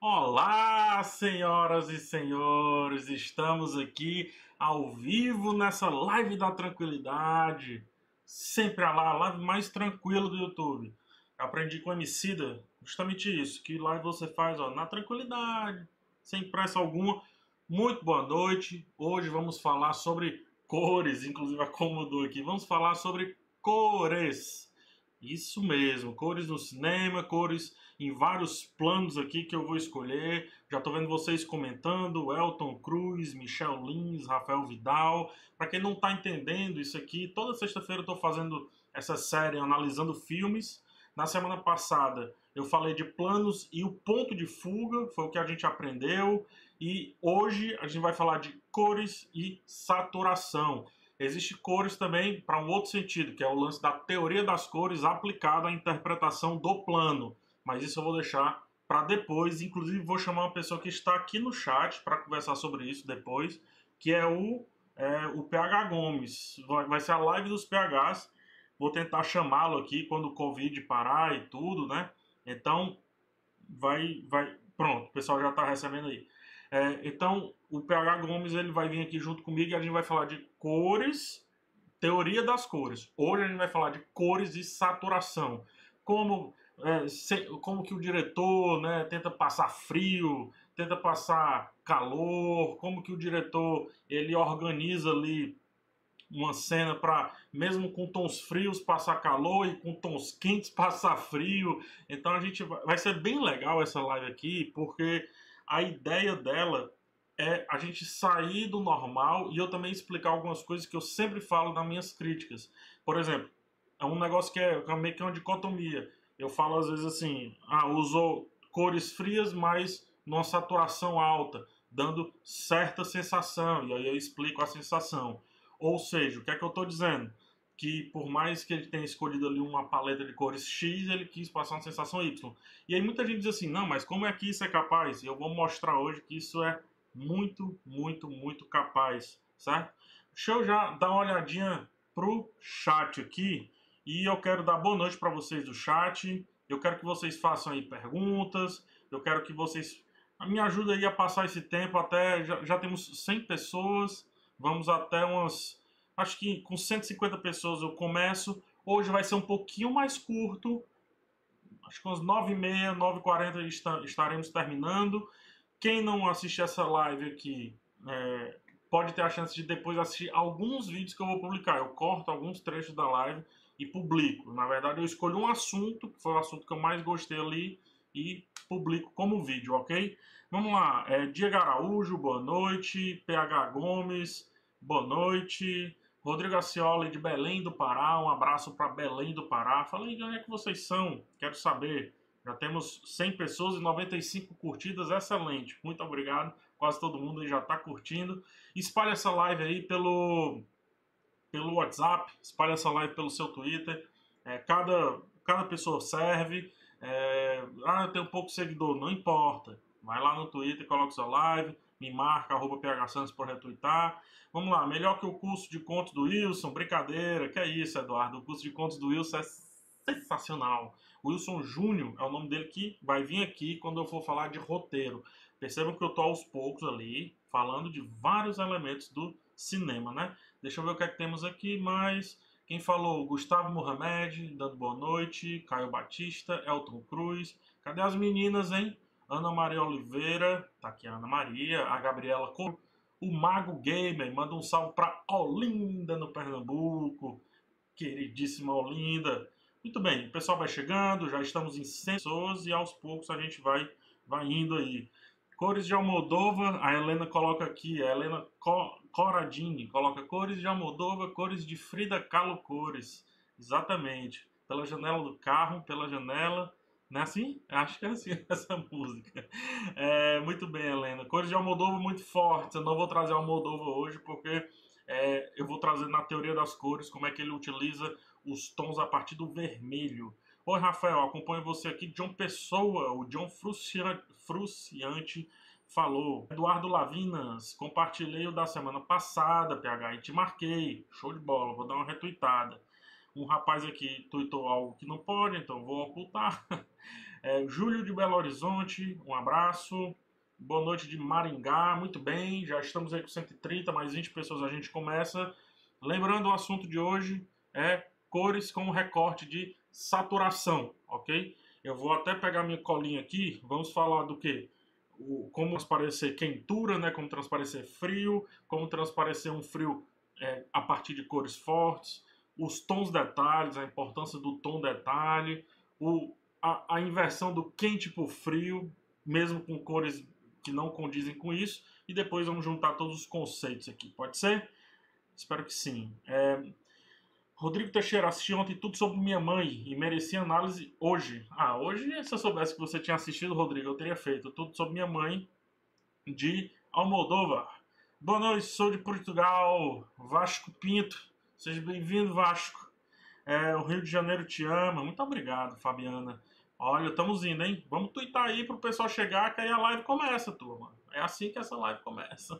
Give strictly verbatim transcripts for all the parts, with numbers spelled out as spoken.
Olá, senhoras e senhores, estamos aqui ao vivo nessa live da tranquilidade, sempre a lá, a live mais tranquila do YouTube. Aprendi com o Emicida justamente isso, que live você faz ó, na tranquilidade, sem pressa alguma. Muito boa noite, hoje vamos falar sobre cores, inclusive acomodou aqui, vamos falar sobre cores. Isso mesmo, cores no cinema, cores em vários planos aqui que eu vou escolher. Já tô vendo vocês comentando, Elton Cruz, Michel Lins, Rafael Vidal. Para quem não tá entendendo isso aqui, toda sexta-feira eu tô fazendo essa série analisando filmes. Na semana passada eu falei de planos e o ponto de fuga, foi o que a gente aprendeu. E hoje a gente vai falar de cores e saturação. Existe cores também para um outro sentido, que é o lance da teoria das cores aplicada à interpretação do plano. Mas isso eu vou deixar para depois. Inclusive vou chamar uma pessoa que está aqui no chat para conversar sobre isso depois, que é o, é, o P H Gomes. Vai, vai ser a live dos P Hs. Vou tentar chamá-lo aqui quando o Covid parar e tudo, né? Então, vai, vai, pronto, o pessoal já está recebendo aí. É, então, o P H Gomes ele vai vir aqui junto comigo e a gente vai falar de cores, teoria das cores. Hoje a gente vai falar de cores e saturação. Como, é, se, como que o diretor né, tenta passar frio, tenta passar calor, como que o diretor ele organiza ali uma cena para, mesmo com tons frios, passar calor e com tons quentes, passar frio. Então a gente vai, vai ser bem legal essa live aqui, porque a ideia dela é a gente sair do normal e eu também explicar algumas coisas que eu sempre falo nas minhas críticas. Por exemplo, é um negócio que é, que é meio que uma dicotomia. Eu falo às vezes assim, ah, usou cores frias, mas numa saturação alta, dando certa sensação, e aí eu explico a sensação. Ou seja, o que é que eu estou dizendo? Que por mais que ele tenha escolhido ali uma paleta de cores X, ele quis passar uma sensação Y. E aí muita gente diz assim, não, mas como é que isso é capaz? E eu vou mostrar hoje que isso é muito, muito, muito capaz, certo? Deixa eu já dar uma olhadinha pro chat aqui. E eu quero dar boa noite para vocês do chat. Eu quero que vocês façam aí perguntas. Eu quero que vocês me ajudem aí a passar esse tempo até... Já, já temos cem pessoas... Vamos até umas... Acho que com cento e cinquenta pessoas eu começo. Hoje vai ser um pouquinho mais curto. Acho que umas nove e meia, nove e quarenta estaremos terminando. Quem não assistir essa live aqui é, pode ter a chance de depois assistir alguns vídeos que eu vou publicar. Eu corto alguns trechos da live e publico. Na verdade, eu escolho um assunto, que foi o assunto que eu mais gostei ali, e publico como vídeo, ok? Vamos lá, é, Diego Araújo, boa noite, P H Gomes, boa noite, Rodrigo Acioli de Belém do Pará, um abraço para Belém do Pará. Fala aí de onde é que vocês são, quero saber. Já temos cem pessoas e noventa e cinco curtidas, excelente, muito obrigado, quase todo mundo aí já está curtindo. Espalhe essa live aí pelo, pelo WhatsApp, espalhe essa live pelo seu Twitter, é, cada, cada pessoa serve. É, ah, eu tenho pouco seguidor, não importa. Vai lá no Twitter, coloca sua live, me marca, arroba phsantos por retweetar. Vamos lá, melhor que o curso de contos do Wilson, brincadeira, que é isso, Eduardo? O curso de contos do Wilson é sensacional. Wilson Júnior é o nome dele que vai vir aqui quando eu for falar de roteiro. Percebam que eu tô aos poucos ali, falando de vários elementos do cinema, né? Deixa eu ver o que é que temos aqui mais... Quem falou? Gustavo Mohamed, dando boa noite. Caio Batista, Elton Cruz. Cadê as meninas, hein? Ana Maria Oliveira, tá aqui a Ana Maria. A Gabriela Cor... O Mago Gamer, manda um salve pra Olinda, no Pernambuco. Queridíssima Olinda. Muito bem, o pessoal vai chegando, já estamos em cem pessoas e aos poucos a gente vai, vai indo aí. Cores de Almodóvar, a Helena coloca aqui, a Helena Coradini coloca cores de Almodóvar, cores de Frida Kahlo Cores. Exatamente. Pela janela do carro, pela janela. Não é assim? Acho que é assim essa música. É, muito bem, Helena. Cores de Almodóvar muito fortes. Eu não vou trazer Almodóvar hoje porque é, eu vou trazer na teoria das cores como é que ele utiliza os tons a partir do vermelho. Oi, Rafael, acompanho você aqui. John Pessoa, o John Fruciante falou. Eduardo Lavinas, compartilhei o da semana passada, P H, e te marquei. Show de bola, vou dar uma retweetada. Um rapaz aqui tweetou algo que não pode, então vou ocultar. É, Júlio de Belo Horizonte, um abraço. Boa noite de Maringá, muito bem. Já estamos aí com cento e trinta, mais vinte pessoas a gente começa. Lembrando, o assunto de hoje é cores com recorte de saturação, ok? Eu vou até pegar minha colinha aqui, vamos falar do quê? O, como transparecer quentura, né? Como transparecer frio, como transparecer um frio é, a partir de cores fortes, os tons detalhes, a importância do tom detalhe, o, a, a inversão do quente por frio, mesmo com cores que não condizem com isso, e depois vamos juntar todos os conceitos aqui, pode ser? Espero que sim. É, Rodrigo Teixeira, assisti ontem tudo sobre minha mãe e merecia análise hoje. Ah, hoje, se eu soubesse que você tinha assistido, Rodrigo, eu teria feito tudo sobre minha mãe de Almodóvar. Boa noite, sou de Portugal, Vasco Pinto. Seja bem-vindo, Vasco. É, o Rio de Janeiro te ama. Muito obrigado, Fabiana. Olha, estamos indo, hein? Vamos twittar aí pro pessoal chegar, que aí a live começa, turma. É assim que essa live começa.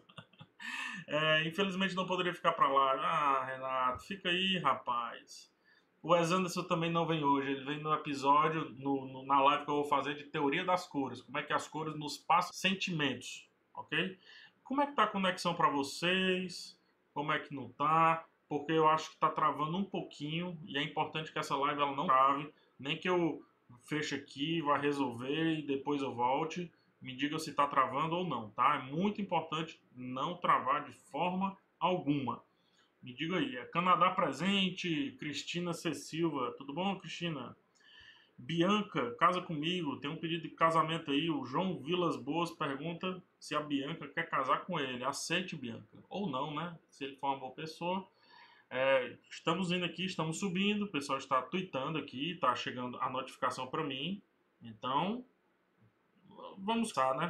É, infelizmente não poderia ficar pra lá. Ah, Renato, fica aí, rapaz. O Wes Anderson também não vem hoje. Ele vem no episódio, no, no, na live que eu vou fazer de teoria das cores. Como é que as cores nos passam sentimentos, ok? Como é que tá a conexão pra vocês? Como é que não tá? Porque eu acho que tá travando um pouquinho. E é importante que essa live ela não trave. Nem que eu feche aqui, vá resolver e depois eu volte. Me diga se está travando ou não, tá? É muito importante não travar de forma alguma. Me diga aí, é Canadá presente, Cristina C. Silva, tudo bom, Cristina? Bianca, casa comigo, tem um pedido de casamento aí, o João Vilas Boas pergunta se a Bianca quer casar com ele. Aceite, Bianca, ou não, né? Se ele for uma boa pessoa. É, estamos indo aqui, estamos subindo, o pessoal está tweetando aqui, está chegando a notificação para mim, então vamos lá, né?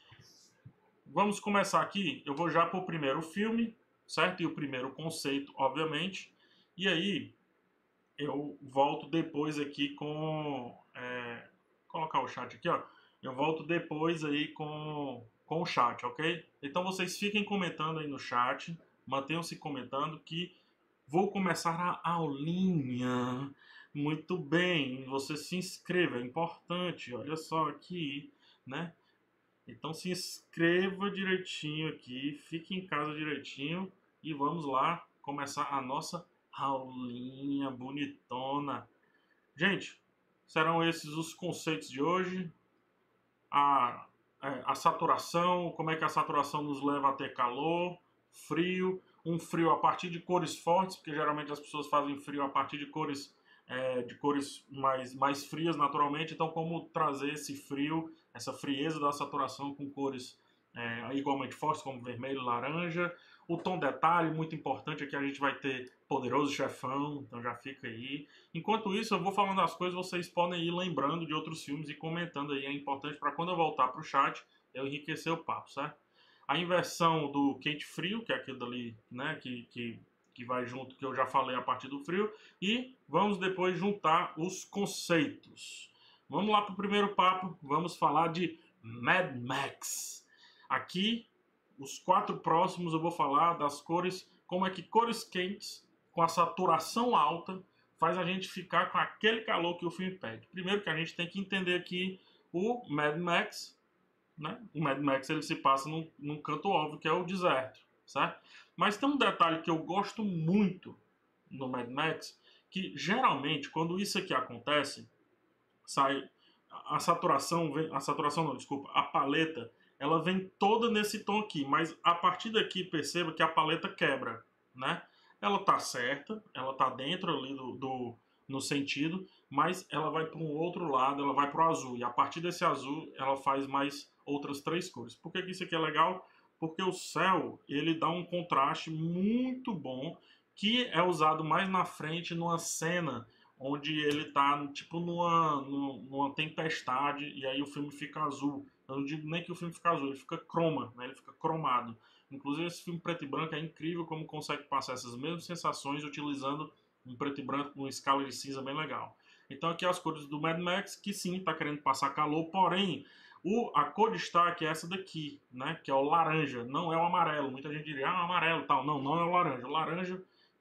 Vamos começar aqui. Eu vou já para o primeiro filme, certo? E o primeiro conceito, obviamente. E aí eu volto depois aqui com. É, vou colocar o chat aqui, ó. Eu volto depois aí com, com o chat, ok? Então vocês fiquem comentando aí no chat, mantenham-se comentando que vou começar a aulinha. Muito bem, você se inscreva, é importante. Olha só aqui, né? Então se inscreva direitinho aqui, fique em casa direitinho e vamos lá começar a nossa aulinha bonitona. Gente, serão esses os conceitos de hoje. A, a saturação, como é que a saturação nos leva a ter calor, frio, um frio a partir de cores fortes, porque geralmente as pessoas fazem frio a partir de cores é, de cores mais, mais frias naturalmente, então como trazer esse frio, essa frieza da saturação com cores é, igualmente fortes, como vermelho e laranja. O tom detalhe, muito importante, aqui a gente vai ter Poderoso Chefão, então já fica aí. Enquanto isso, eu vou falando as coisas, vocês podem ir lembrando de outros filmes e comentando aí, é importante para quando eu voltar para o chat, eu enriquecer o papo, certo? A inversão do quente-frio, que é aquilo dali, né, que, que que vai junto, que eu já falei a partir do frio, e vamos depois juntar os conceitos. Vamos lá para o primeiro papo, vamos falar de Mad Max. Aqui, os quatro próximos eu vou falar das cores, como é que cores quentes, com a saturação alta, faz a gente ficar com aquele calor que o filme pede. Primeiro que a gente tem que entender aqui o Mad Max, né? O Mad Max ele se passa num, num canto óbvio, que é o deserto, certo? Mas tem um detalhe que eu gosto muito no Mad Max, que geralmente quando isso aqui acontece, sai a saturação, a saturação não, desculpa, a paleta, ela vem toda nesse tom aqui, mas a partir daqui perceba que a paleta quebra, né? Ela tá certa, ela tá dentro ali do, do no sentido, mas ela vai para um outro lado, ela vai para o azul, e a partir desse azul ela faz mais outras três cores. Por que isso aqui é legal? Porque o céu ele dá um contraste muito bom que é usado mais na frente numa cena onde ele está tipo numa, numa tempestade e aí o filme fica azul. Eu não digo nem que o filme fica azul, ele fica croma, né? Ele fica cromado. Inclusive esse filme preto e branco é incrível como consegue passar essas mesmas sensações utilizando um preto e branco com uma escala de cinza bem legal. Então aqui as cores do Mad Max, que sim, está querendo passar calor, porém o, a cor de destaque é essa daqui, né? Que é o laranja, não é o amarelo. Muita gente diria, ah, amarelo tal. Não, não é o laranja. O laranja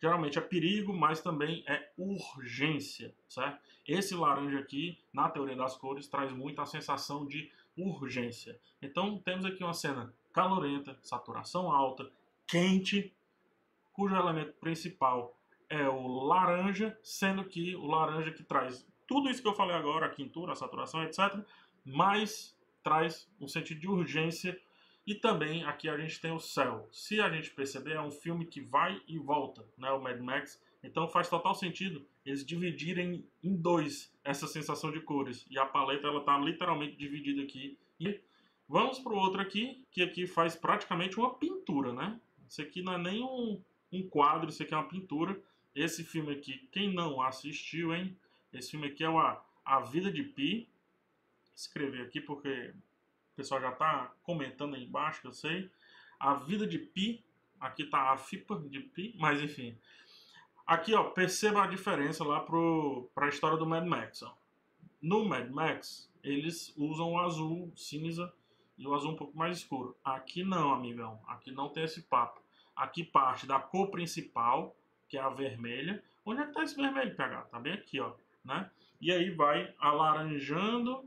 geralmente é perigo, mas também é urgência, certo? Esse laranja aqui, na teoria das cores, traz muito a sensação de urgência. Então temos aqui uma cena calorenta, saturação alta, quente, cujo elemento principal é o laranja, sendo que o laranja que traz tudo isso que eu falei agora, a quintura, a saturação, etcétera, mas traz um sentido de urgência. E também aqui a gente tem o céu. Se a gente perceber, é um filme que vai e volta, né, o Mad Max. Então faz total sentido eles dividirem em dois essa sensação de cores. E a paleta ela está literalmente dividida aqui. E vamos para o outro aqui, que aqui faz praticamente uma pintura, né? Isso aqui não é nem um, um quadro, isso aqui é uma pintura. Esse filme aqui, quem não assistiu, hein? Esse filme aqui é o A, a Vida de Pi. Escrever aqui porque o pessoal já está comentando aí embaixo, que eu sei. A Vida de Pi. Aqui está a FIPA de Pi, mas enfim. Aqui, ó, perceba a diferença lá para a história do Mad Max. Ó. No Mad Max, eles usam o azul cinza e o azul um pouco mais escuro. Aqui não, amigão. Aqui não tem esse papo. Aqui parte da cor principal, que é a vermelha. Onde é que tá esse vermelho, P H? Tá bem aqui, ó. Né? E aí vai alaranjando,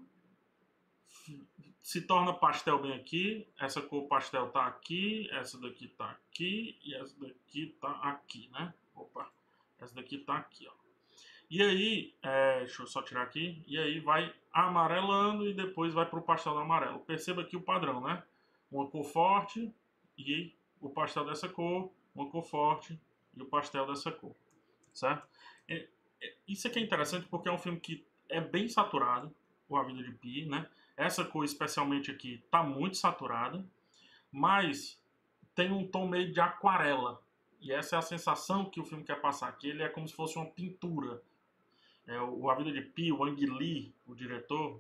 se torna pastel bem aqui. Essa cor pastel tá aqui, essa daqui tá aqui e essa daqui tá aqui, né? Opa, essa daqui tá aqui, ó. E aí, é, deixa eu só tirar aqui, e aí vai amarelando e depois vai pro pastel do amarelo. Perceba aqui o padrão, né? Uma cor forte e o pastel dessa cor, uma cor forte e o pastel dessa cor, certo? É, é, isso aqui é interessante porque é um filme que é bem saturado, o A Vida de Pi, né? Essa cor especialmente aqui tá muito saturada, mas tem um tom meio de aquarela. E essa é a sensação que o filme quer passar, que ele é como se fosse uma pintura. É, o A Vida de Pi, o Ang Lee, o diretor,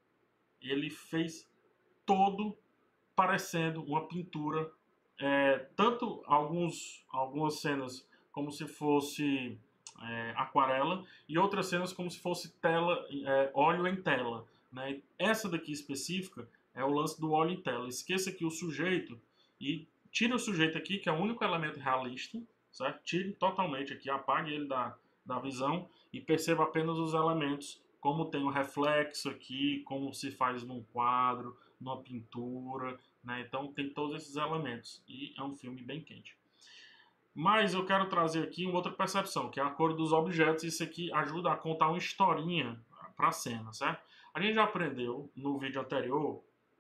ele fez todo parecendo uma pintura. É, tanto alguns, algumas cenas como se fosse é, aquarela e outras cenas como se fosse tela, é, óleo em tela. Né? Essa daqui específica é o lance do óleo em tela. Esqueça aqui o sujeito e tire o sujeito aqui, que é o único elemento realista, certo? Tire totalmente aqui, apague ele da, da visão e perceba apenas os elementos, como tem o reflexo aqui, como se faz num quadro, numa pintura, né? Então tem todos esses elementos e é um filme bem quente. Mas eu quero trazer aqui uma outra percepção, que é a cor dos objetos. Isso aqui ajuda a contar uma historinha para a cena, certo? A gente já aprendeu no vídeo anterior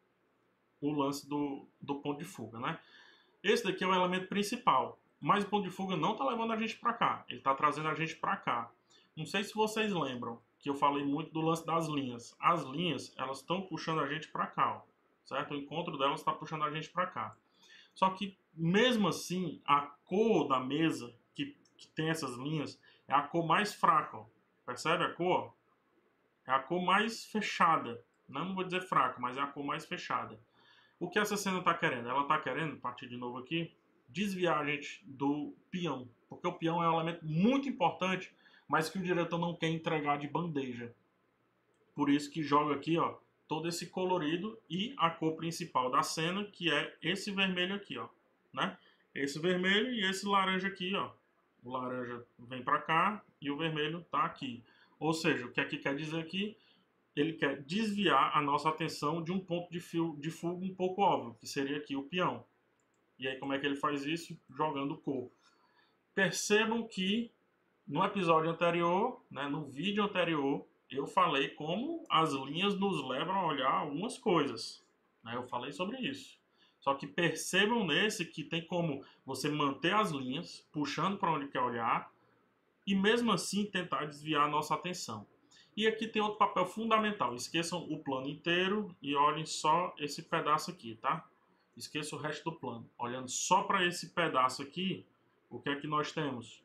o lance do, do ponto de fuga, né? Esse daqui é o elemento principal, mas o ponto de fuga não está levando a gente para cá, ele está trazendo a gente para cá. Não sei se vocês lembram que eu falei muito do lance das linhas. As linhas, elas estão puxando a gente para cá, ó, certo? O encontro delas está puxando a gente para cá. Só que, mesmo assim, a cor da mesa, que, que tem essas linhas, é a cor mais fraca, ó. Percebe a cor? É a cor mais fechada. Não, não vou dizer fraca, mas é a cor mais fechada. O que essa cena está querendo? Ela está querendo, a partir de novo aqui, desviar a gente do peão. Porque o peão é um elemento muito importante, mas que o diretor não quer entregar de bandeja. Por isso que joga aqui, ó, todo esse colorido e a cor principal da cena, que é esse vermelho aqui, ó, né? Esse vermelho e esse laranja aqui, ó. O laranja vem para cá e o vermelho tá aqui. Ou seja, o que aqui quer dizer aqui? Ele quer desviar a nossa atenção de um ponto de, fio, de fuga um pouco óbvio, que seria aqui o peão. E aí como é que ele faz isso? Jogando cor. Percebam que no episódio anterior, né, no vídeo anterior, eu falei como as linhas nos levam a olhar algumas coisas. Né? Eu falei sobre isso. Só que percebam nesse que tem como você manter as linhas, puxando para onde quer olhar, e mesmo assim tentar desviar a nossa atenção. E aqui tem outro papel fundamental. Esqueçam o plano inteiro e olhem só esse pedaço aqui, tá? Esqueça o resto do plano. Olhando só para esse pedaço aqui, o que é que nós temos?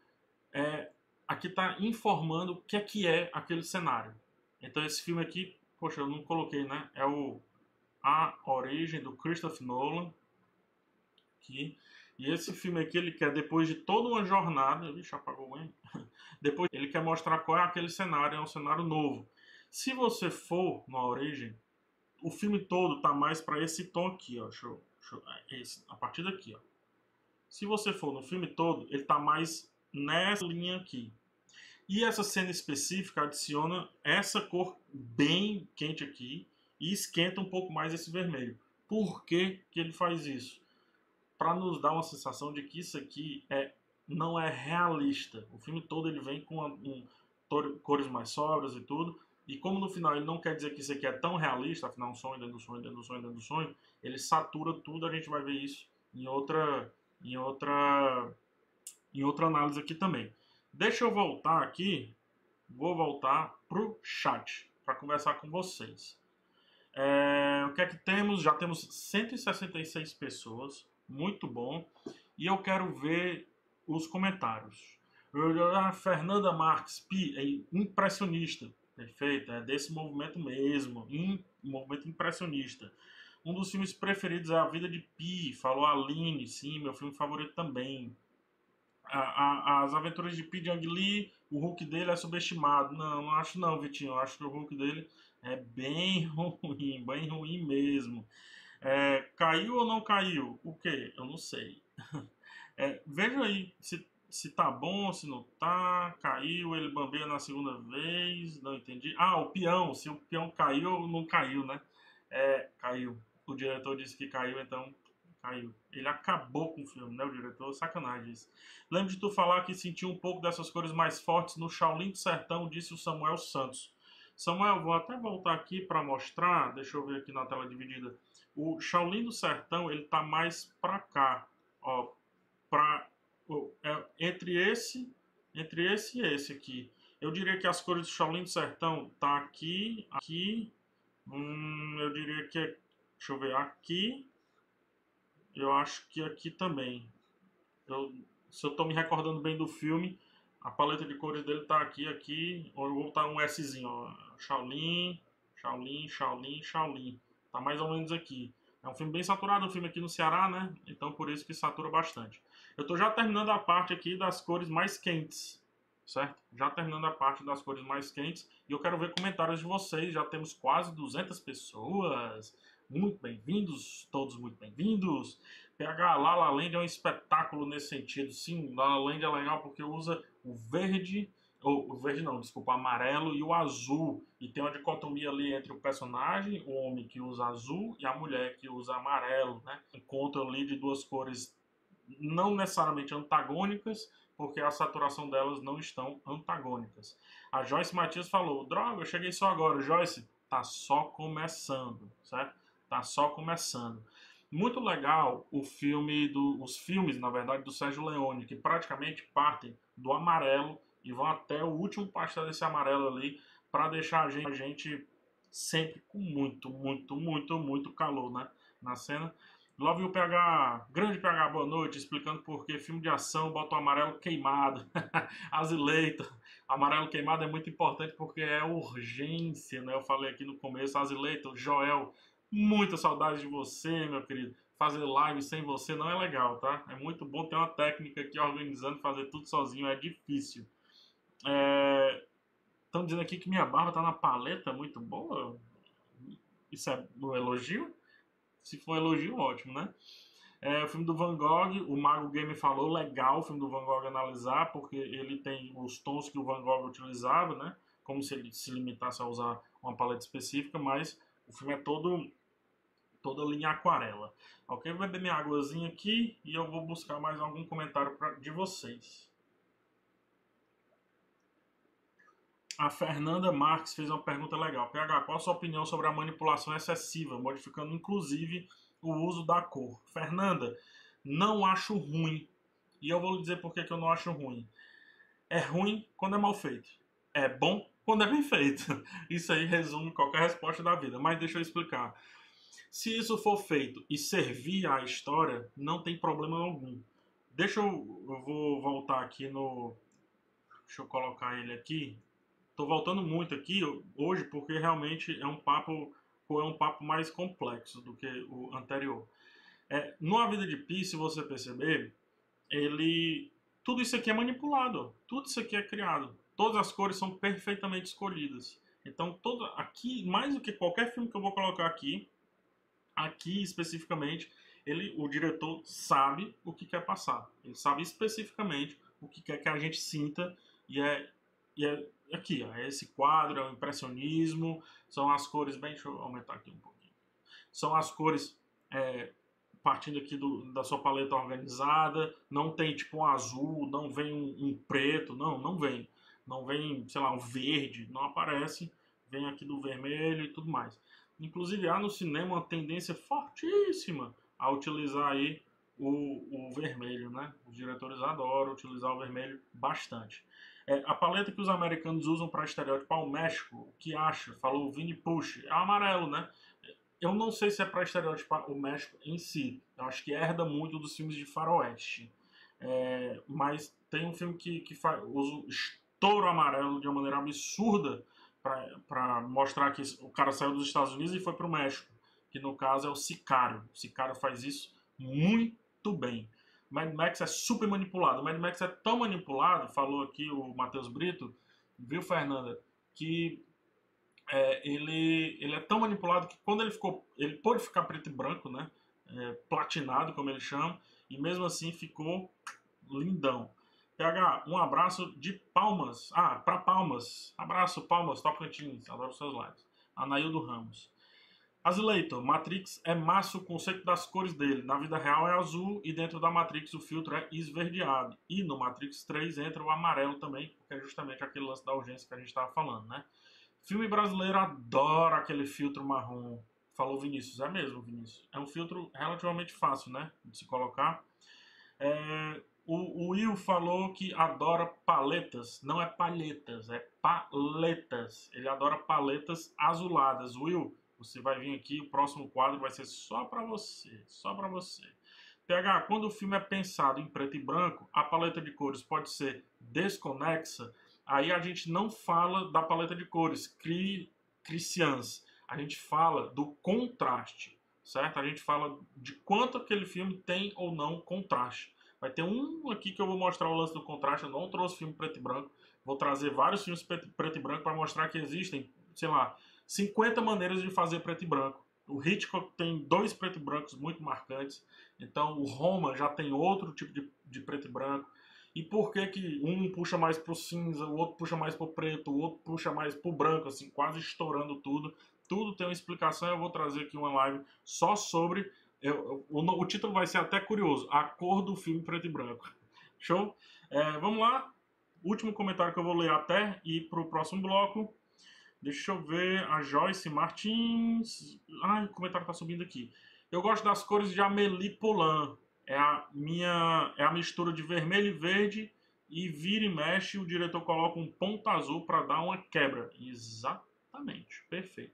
É, aqui está informando o que é que é aquele cenário. Então esse filme aqui, poxa, eu não coloquei, né? É o A Origem, do Christopher Nolan. Aqui. E esse filme aqui, ele quer, depois de toda uma jornada... Vixe, apagou o M. Depois ele quer mostrar qual é aquele cenário, é um cenário novo. Se você for na Origem, o filme todo tá mais para esse tom aqui, ó. Deixa eu, deixa eu, esse, a partir daqui, ó. Se você for no filme todo, ele tá mais nessa linha aqui. E essa cena específica adiciona essa cor bem quente aqui e esquenta um pouco mais esse vermelho. Por que que ele faz isso? Para nos dar uma sensação de que isso aqui é, não é realista. O filme todo ele vem com um, cores mais sóbrias e tudo. E como no final ele não quer dizer que isso aqui é tão realista, afinal um sonho dentro do sonho, dentro do sonho, dentro do sonho, ele satura tudo, a gente vai ver isso em outra, em outra, em outra análise aqui também. Deixa eu voltar aqui, vou voltar pro chat para conversar com vocês. É, o que é que temos? Já temos cento e sessenta e seis pessoas, muito bom. E eu quero ver os comentários. A Fernanda Marques, Pi, é impressionista. Perfeito, é desse movimento mesmo, um movimento impressionista. Um dos filmes preferidos é A Vida de Pi, falou a Aline, sim, meu filme favorito também. A, a, as Aventuras de Pi de Ang Lee, o Hulk dele é subestimado. Não, não acho não, Vitinho, eu acho que o Hulk dele é bem ruim, bem ruim mesmo. É, caiu ou não caiu? O que? Eu não sei. É, veja aí se, se tá bom, se não tá. Caiu, ele bambeia na segunda vez. Não entendi. Ah, o peão. Se o peão caiu ou não caiu, né? É, caiu. O diretor disse que caiu, então caiu. Ele acabou com o filme, né? O diretor, sacanagem isso. Lembro de tu falar que sentiu um pouco dessas cores mais fortes no Shaolin do Sertão, disse o Samuel Santos. Samuel, vou até voltar aqui para mostrar. Deixa eu ver aqui na tela dividida. O Shaolin do Sertão, ele tá mais para cá, ó, para é, entre esse, entre esse e esse aqui. Eu diria que as cores do Shaolin do Sertão tá aqui, aqui. Hum, eu diria que é, deixa eu ver, aqui. Eu acho que aqui também. Eu, se eu tô me recordando bem do filme, a paleta de cores dele tá aqui, aqui. Ou eu vou botar um Szinho, ó. Shaolin, Shaolin, Shaolin, Shaolin. Tá mais ou menos aqui. É um filme bem saturado, um filme aqui no Ceará, né? Então por isso que satura bastante. Eu tô já terminando a parte aqui das cores mais quentes, certo? Já terminando a parte das cores mais quentes. E eu quero ver comentários de vocês. Já temos quase duzentas pessoas. Muito bem-vindos, todos muito bem-vindos. P H La La Land é um espetáculo nesse sentido. Sim, La La Land é legal porque usa o verde, ou o verde não, desculpa, o amarelo e o azul. E tem uma dicotomia ali entre o personagem, o homem que usa azul e a mulher que usa amarelo, né? Encontro ali de duas cores não necessariamente antagônicas, porque a saturação delas não estão antagônicas. A Joyce Matias falou, droga, eu cheguei só agora. Joyce, tá só começando, certo? Tá só começando. Muito legal o filme do, os filmes, na verdade, do Sérgio Leone, que praticamente partem do amarelo e vão até o último pastel desse amarelo ali para deixar a gente, a gente sempre com muito, muito, muito, muito calor, né? Na cena. Love o P H, grande P H, boa noite, explicando por que filme de ação bota o amarelo queimado. Azileito, amarelo queimado é muito importante porque é urgência, né? Eu falei aqui no começo, Azileito, Joel, muita saudade de você, meu querido. Fazer live sem você não é legal, tá? É muito bom ter uma técnica aqui organizando, fazer tudo sozinho é difícil. Estão é... dizendo aqui que minha barba tá na paleta, muito boa. Isso é um elogio? Se for elogio, ótimo, né? É, o filme do Van Gogh, o Mago Game falou, legal o filme do Van Gogh analisar, porque ele tem os tons que o Van Gogh utilizava, né? Como se ele se limitasse a usar uma paleta específica, mas o filme é todo toda linha aquarela. Ok? Vou beber minha águazinha aqui e eu vou buscar mais algum comentário pra, de vocês. A Fernanda Marques fez uma pergunta legal. P H, qual a sua opinião sobre a manipulação excessiva, modificando inclusive o uso da cor? Fernanda, não acho ruim. E eu vou lhe dizer por que eu não acho ruim. É ruim quando é mal feito. É bom quando é bem feito. Isso aí resume qualquer resposta da vida. Mas deixa eu explicar. Se isso for feito e servir à história, não tem problema algum. Deixa eu, eu vou voltar aqui no... Deixa eu colocar ele aqui. Estou voltando muito aqui hoje porque realmente é um papo, é um papo mais complexo do que o anterior. É, no A Vida de Pi, se você perceber, ele... Tudo isso aqui é manipulado. Tudo isso aqui é criado. Todas as cores são perfeitamente escolhidas. Então, todo, aqui, mais do que qualquer filme que eu vou colocar aqui, aqui especificamente, ele, o diretor sabe o que quer passar. Ele sabe especificamente o que quer que a gente sinta, e é, e é aqui, ó, é esse quadro, é o impressionismo, são as cores bem... Deixa eu aumentar aqui um pouquinho. São as cores... É, partindo aqui do, da sua paleta organizada, não tem tipo um azul, não vem um, um preto, não, não vem. Não vem, sei lá, um verde, não aparece, vem aqui do vermelho e tudo mais. Inclusive há no cinema uma tendência fortíssima a utilizar aí o, o vermelho, né? Os diretores adoram utilizar o vermelho bastante. É, a paleta que os americanos usam para estereotipar o México, o que acha? Falou o Vini Push, é o amarelo, né? Eu não sei se é para estereotipar o México em si. Eu acho que herda muito dos filmes de faroeste. É, mas tem um filme que, que faz, usa o estouro amarelo de uma maneira absurda para mostrar que o cara saiu dos Estados Unidos e foi para o México. Que no caso é o Sicário. O Sicário faz isso muito bem. O Mad Max é super manipulado. O Mad Max é tão manipulado, falou aqui o Matheus Brito, viu, Fernanda, que é, ele, ele é tão manipulado que quando ele ficou, ele pôde ficar preto e branco, né? É, platinado, como ele chama, e mesmo assim ficou lindão. P H, um abraço de Palmas. Ah, para Palmas. Abraço, Palmas, Tocantins. Adoro seus likes. Anaildo Ramos. Azileito, Matrix é massa o conceito das cores dele. Na vida real é azul e dentro da Matrix o filtro é esverdeado. E no Matrix três entra o amarelo também, porque é justamente aquele lance da urgência que a gente estava falando, né? Filme brasileiro adora aquele filtro marrom. Falou Vinícius. É mesmo, Vinícius. É um filtro relativamente fácil, né? De se colocar. É, o, o Will falou que adora paletas. Não é palhetas, é paletas. Ele adora paletas azuladas. Will, você vai vir aqui. O próximo quadro vai ser só pra você. Só pra você. P H, quando o filme é pensado em preto e branco, a paleta de cores pode ser desconexa. Aí a gente não fala da paleta de cores, cri, Christians. A gente fala do contraste, certo? A gente fala de quanto aquele filme tem ou não contraste. Vai ter um aqui que eu vou mostrar o lance do contraste. Eu não trouxe filme preto e branco. Vou trazer vários filmes preto e branco para mostrar que existem, sei lá, cinquenta maneiras de fazer preto e branco. O Hitchcock tem dois preto e brancos muito marcantes. Então o Roma já tem outro tipo de, de preto e branco. E por que que um puxa mais pro cinza, o outro puxa mais pro preto, o outro puxa mais pro branco, assim, quase estourando tudo. Tudo tem uma explicação, eu vou trazer aqui uma live só sobre... Eu, o, o título vai ser até curioso, a cor do filme preto e branco. Show? É, vamos lá. Último comentário que eu vou ler até ir pro próximo bloco. Deixa eu ver, a Joyce Martins... Ai, o comentário tá subindo aqui. Eu gosto das cores de Amélie Poulain. É a minha é a mistura de vermelho e verde e vira e mexe o diretor coloca um ponto azul para dar uma quebra. Exatamente, perfeito.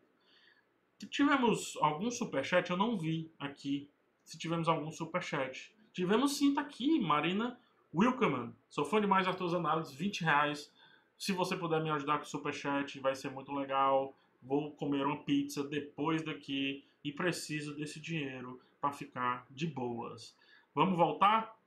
Tivemos algum superchat? Eu não vi aqui se tivemos algum superchat. Tivemos sim, tá aqui, Marina Wilkerman. Sou fã demais das tuas análises, vinte reais. Se você puder me ajudar com o superchat, vai ser muito legal. Vou comer uma pizza depois daqui e preciso desse dinheiro para ficar de boas. Vamos voltar?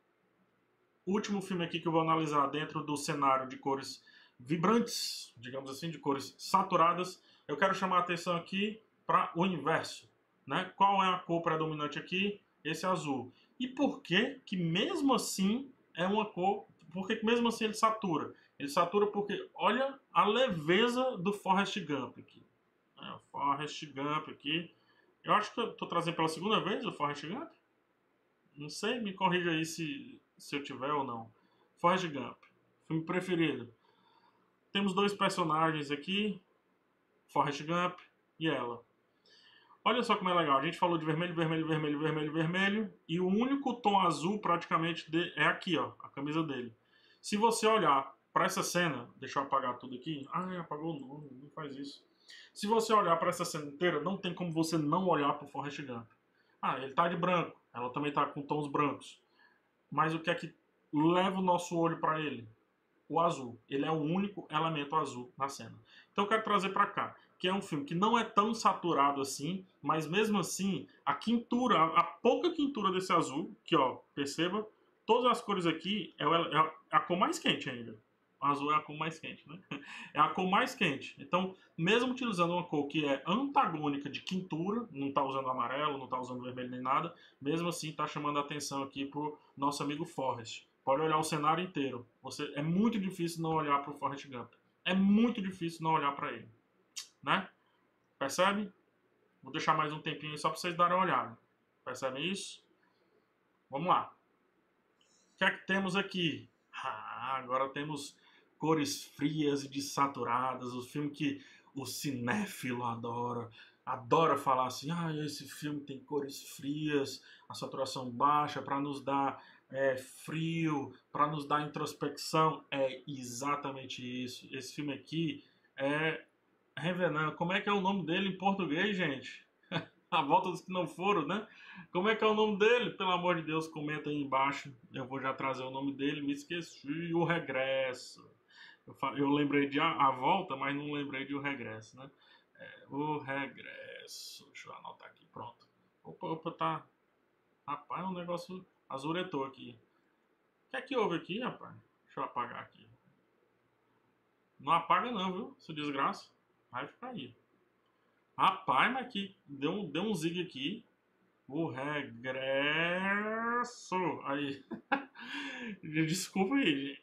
O último filme aqui que eu vou analisar dentro do cenário de cores vibrantes, digamos assim, de cores saturadas. Eu quero chamar a atenção aqui para o inverso, né? Qual é a cor predominante aqui? Esse azul. E por que que mesmo assim é uma cor... Por que que mesmo assim ele satura? Ele satura porque olha a leveza do Forrest Gump aqui. É, o Forrest Gump aqui. Eu acho que eu estou trazendo pela segunda vez o Forrest Gump. Não sei, me corrija aí se, se eu tiver ou não. Forrest Gump, filme preferido. Temos dois personagens aqui, Forrest Gump e ela. Olha só como é legal, a gente falou de vermelho, vermelho, vermelho, vermelho, vermelho, e o único tom azul praticamente de, é aqui, ó, a camisa dele. Se você olhar para essa cena, deixa eu apagar tudo aqui. Ah, apagou o nome, não faz isso. Se você olhar para essa cena inteira, não tem como você não olhar para o Forrest Gump. Ah, ele tá de branco, ela também tá com tons brancos. Mas o que é que leva o nosso olho para ele? O azul. Ele é o único elemento azul na cena. Então eu quero trazer para cá, que é um filme que não é tão saturado assim, mas mesmo assim, a quintura, a pouca quintura desse azul, que ó, perceba, todas as cores aqui é a cor mais quente ainda. O azul é a cor mais quente, né? É a cor mais quente. Então, mesmo utilizando uma cor que é antagônica de quintura, não está usando amarelo, não está usando vermelho nem nada, mesmo assim está chamando a atenção aqui pro nosso amigo Forrest. Pode olhar o cenário inteiro. Você, é muito difícil não olhar para o Forrest Gump. É muito difícil não olhar para ele. Né? Percebe? Vou deixar mais um tempinho aí só para vocês darem uma olhada. Percebem isso? Vamos lá. O que é que temos aqui? Ah, agora temos cores frias e desaturadas. O filme que o cinéfilo adora. Adora falar assim, ah, esse filme tem cores frias, a saturação baixa para nos dar é, frio, para nos dar introspecção. É exatamente isso. Esse filme aqui é Revenant. Como é que é o nome dele em português, gente? A volta dos que não foram, né? Como é que é o nome dele? Pelo amor de Deus, comenta aí embaixo. Eu vou já trazer o nome dele. Me esqueci. O Regresso. Eu, eu lembrei de a, a volta, mas não lembrei de o regresso, né? É, o regresso. Deixa eu anotar aqui. Pronto. Opa, opa, tá. Rapaz, um negócio azuretou aqui. O que é que houve aqui, rapaz? Deixa eu apagar aqui. Não apaga não, viu? Essa desgraça. Vai ficar aí. Rapaz, mas aqui deu, deu um zig aqui. O regresso. Aí. Desculpa aí, gente.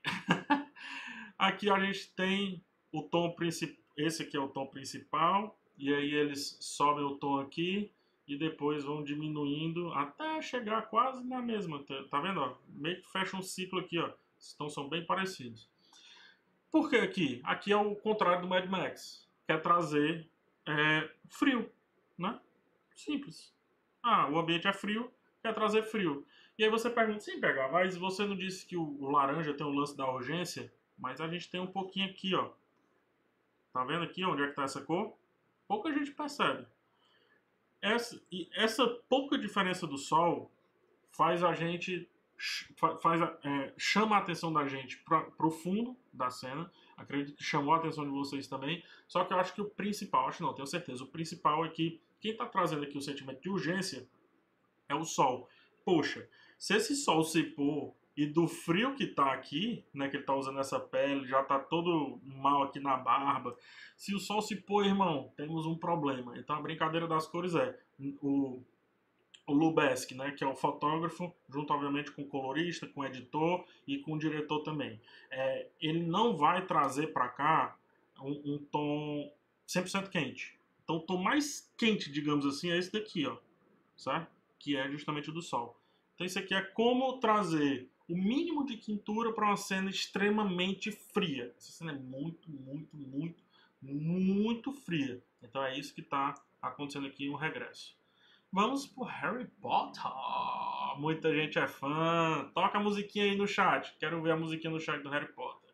Aqui a gente tem o tom principal. Esse aqui é o tom principal. E aí eles sobem o tom aqui. E depois vão diminuindo até chegar quase na mesma. Tá vendo? Ó? Meio que fecha um ciclo aqui, ó. Esses tons são bem parecidos. Por que aqui? Aqui é o contrário do Mad Max. Quer trazer é, frio, né? Simples. Ah, o ambiente é frio, quer trazer frio. E aí você pergunta, sim, pegar, mas você não disse que o, o laranja tem o lance da urgência? Mas a gente tem um pouquinho aqui, ó. Tá vendo aqui onde é que tá essa cor? Pouca gente percebe. Essa, e essa pouca diferença do sol faz a gente faz, é, chama a atenção da gente para o fundo da cena. Acredito que chamou a atenção de vocês também. Só que eu acho que o principal, acho não, tenho certeza, o principal é que quem está trazendo aqui o sentimento de urgência é o sol. Poxa, se esse sol se pôr e do frio que tá aqui, né, que ele tá usando essa pele, já tá todo mal aqui na barba. Se o sol se pôr, irmão, temos um problema. Então a brincadeira das cores é o o Lubeski, né, que é o fotógrafo, junto obviamente com o colorista, com o editor e com o diretor também. É, ele não vai trazer para cá um, um tom cem por cento quente. Então o tom mais quente, digamos assim, é esse daqui, ó, certo? Que é justamente o do sol. Então isso aqui é como trazer o mínimo de quintura para uma cena extremamente fria. Essa cena é muito, muito, muito, muito fria. Então é isso que está acontecendo aqui no regresso. Vamos pro Harry Potter. Muita gente é fã. Toca a musiquinha aí no chat. Quero ver a musiquinha no chat do Harry Potter.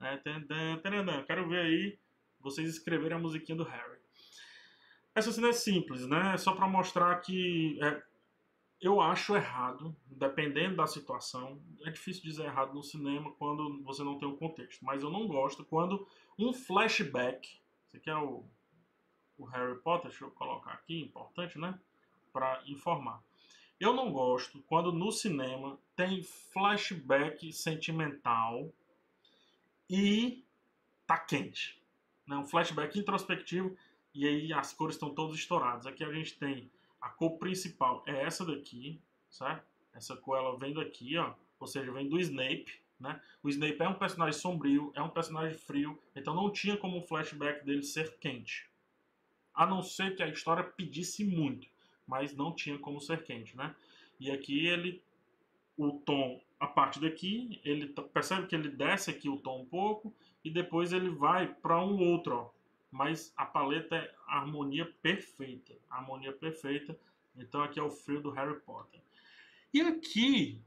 Quero ver aí vocês escreverem a musiquinha do Harry. Essa cena é simples, né? É só para mostrar que é, eu acho errado, dependendo da situação. É difícil dizer errado no cinema quando você não tem o contexto. Mas eu não gosto quando um flashback. Esse aqui é o, o Harry Potter. Deixa eu colocar aqui, importante, né? Para informar. Eu não gosto quando no cinema tem flashback sentimental e tá quente. Né? Um flashback introspectivo e aí as cores estão todas estouradas. Aqui a gente tem a cor principal, é essa daqui, certo? Essa cor ela vem daqui, ó, ou seja, vem do Snape. Né? O Snape é um personagem sombrio, é um personagem frio, então não tinha como o flashback dele ser quente. A não ser que a história pedisse muito. Mas não tinha como ser quente, né? E aqui ele, o tom, a parte daqui, ele percebe que ele desce aqui o tom um pouco e depois ele vai para um outro, ó. Mas a paleta é a harmonia perfeita, a harmonia perfeita. Então aqui é o frio do Harry Potter. E aqui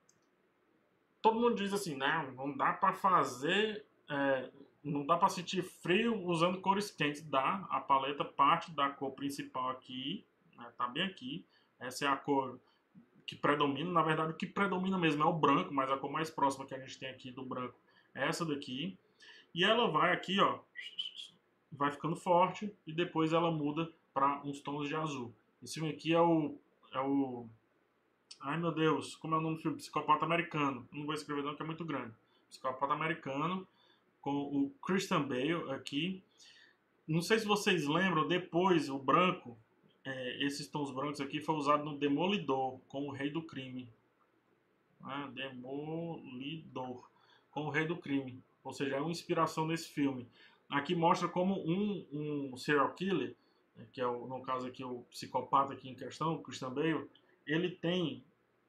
todo mundo diz assim, não, não dá para fazer, é, não dá para sentir frio usando cores quentes. Dá, a paleta parte da cor principal aqui. Tá bem aqui. Essa é a cor que predomina. Na verdade, o que predomina mesmo é o branco, mas a cor mais próxima que a gente tem aqui do branco é essa daqui. E ela vai aqui, ó, vai ficando forte e depois ela muda para uns tons de azul. Esse filme aqui é o, é o... Ai, meu Deus, como é o nome do filme? Psicopata Americano. Não vou escrever não, que é muito grande. Psicopata Americano, com o Christian Bale aqui. Não sei se vocês lembram, depois o branco... É, esses tons brancos aqui foi usado no Demolidor com o Rei do Crime. né? Demolidor, com o Rei do Crime. Ou seja, é uma inspiração nesse filme. Aqui mostra como um, um serial killer, né, que é o, no caso aqui o psicopata aqui em questão, o Christian Bale, ele tem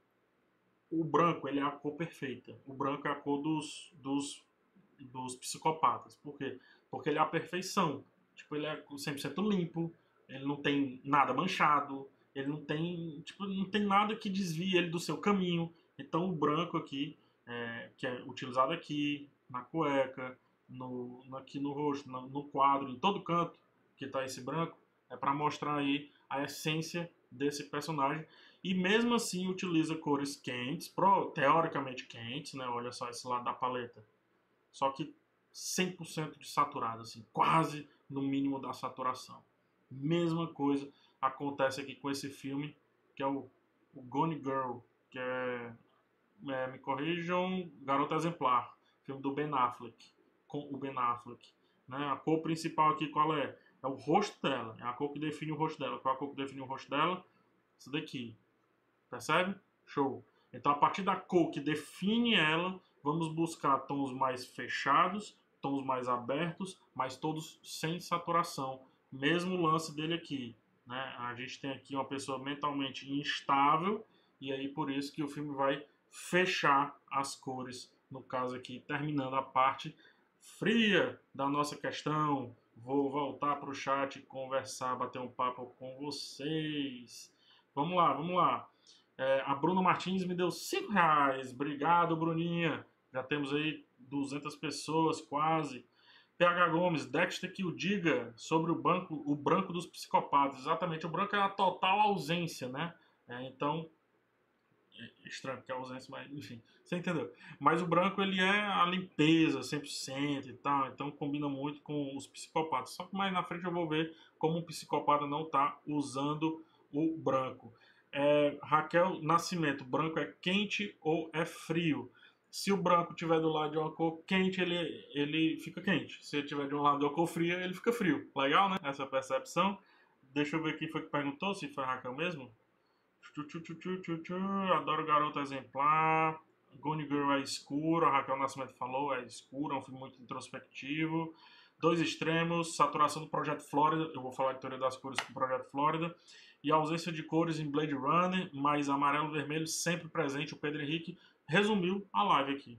o branco, ele é a cor perfeita. O branco é a cor dos, dos, dos psicopatas. Por quê? Porque ele é a perfeição. Tipo, ele é cem por cento limpo, ele não tem nada manchado, ele não tem, tipo, não tem nada que desvie ele do seu caminho. Então o branco aqui, é, que é utilizado aqui, na cueca, no, aqui no rosto, no, no quadro, em todo canto que está esse branco, é para mostrar aí a essência desse personagem. E mesmo assim utiliza cores quentes, pro, teoricamente quentes, né? Olha só esse lado da paleta. Só que cem por cento de saturado, assim, quase no mínimo da saturação. Mesma coisa acontece aqui com esse filme, que é o, o Gone Girl, que é, é, me corrijam, Garota Exemplar, filme do Ben Affleck, com o Ben Affleck. Né? A cor principal aqui qual é? É o rosto dela, é a cor que define o rosto dela. Qual é a cor que define o rosto dela? Isso daqui. Percebe? Show. Então, a partir da cor que define ela, vamos buscar tons mais fechados, tons mais abertos, mas todos sem saturação. Mesmo lance dele aqui. Né? A gente tem aqui uma pessoa mentalmente instável, e aí por isso que o filme vai fechar as cores. No caso aqui, terminando a parte fria da nossa questão. Vou voltar para o chat e conversar, bater um papo com vocês. Vamos lá, vamos lá. É, a Bruna Martins me deu cinco reais. Obrigado, Bruninha. Já temos aí duzentas pessoas, quase. P H Gomes, Dexter que o diga sobre o, banco, o branco dos psicopatas. Exatamente, o branco é a total ausência, né? É, então, é estranho que é ausência, mas enfim, você entendeu. Mas o branco, ele é a limpeza, cem por cento e tal, então combina muito com os psicopatas. Só que mais na frente eu vou ver como um psicopata não está usando o branco. É, Raquel Nascimento, branco é quente ou é frio? Se o branco tiver do lado de uma cor quente, ele, ele fica quente. Se ele tiver de um lado de uma cor fria, ele fica frio. Legal, né? Essa percepção. Deixa eu ver quem foi que perguntou, se foi a Raquel mesmo. Adoro Garota Exemplar. Gone Girl é escuro, a Raquel Nascimento falou, é escuro, é um filme muito introspectivo. Dois extremos, saturação do Projeto Flórida, eu vou falar de teoria das cores com o Projeto Flórida. E a ausência de cores em Blade Runner, mas amarelo e vermelho sempre presente. O Pedro Henrique resumiu a live aqui.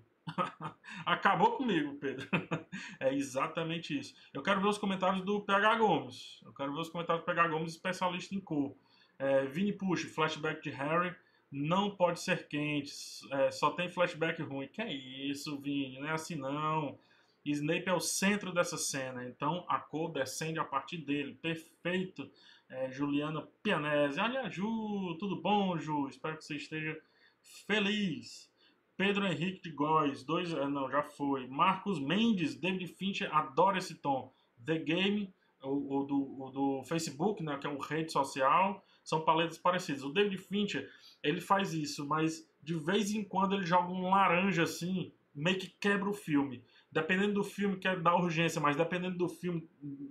Acabou comigo, Pedro. É exatamente isso. Eu quero ver os comentários do P H Gomes. Eu quero ver os comentários do P H Gomes, especialista em cor. É, Vini Push, flashback de Harry não pode ser quente, é, só tem flashback ruim. Que é isso, Vini? Não é assim não. Snape é o centro dessa cena, então a cor descende a partir dele. Perfeito. É, Juliana Pianese. Olha, Ju, tudo bom, Ju? Espero que você esteja feliz. Pedro Henrique de Góes, dois, não, já foi. Marcos Mendes, David Fincher, adora esse tom. The Game, o, o, do, o do Facebook, né, que é uma rede social, são paletas parecidas. O David Fincher, ele faz isso, mas de vez em quando ele joga um laranja assim, meio que quebra o filme. Dependendo do filme, quer dar urgência, mas dependendo do filme,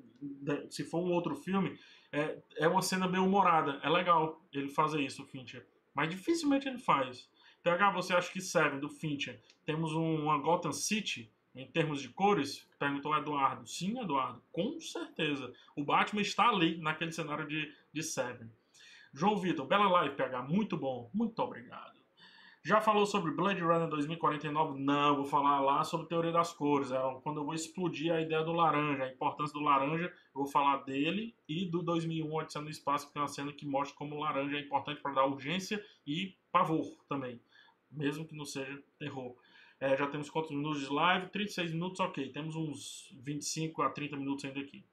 se for um outro filme, é, é uma cena bem humorada. É legal ele fazer isso, o Fincher. Mas dificilmente ele faz. P H, você acha que Seven, do Fincher, temos um, uma Gotham City em termos de cores? Perguntou o Eduardo. Sim, Eduardo, com certeza. O Batman está ali, naquele cenário de, de Seven. João Vitor, bela live, P H, muito bom, muito obrigado. Já falou sobre Blade Runner dois mil e quarenta e nove? Não, vou falar lá sobre teoria das cores. É quando eu vou explodir a ideia do laranja, a importância do laranja, eu vou falar dele e do dois mil e um Odisseia no Espaço, que tem uma cena que mostra como o laranja é importante para dar urgência e pavor também, mesmo que não seja terror. É, já temos quantos minutos de live? trinta e seis minutos, ok. Temos uns vinte e cinco a trinta minutos ainda aqui.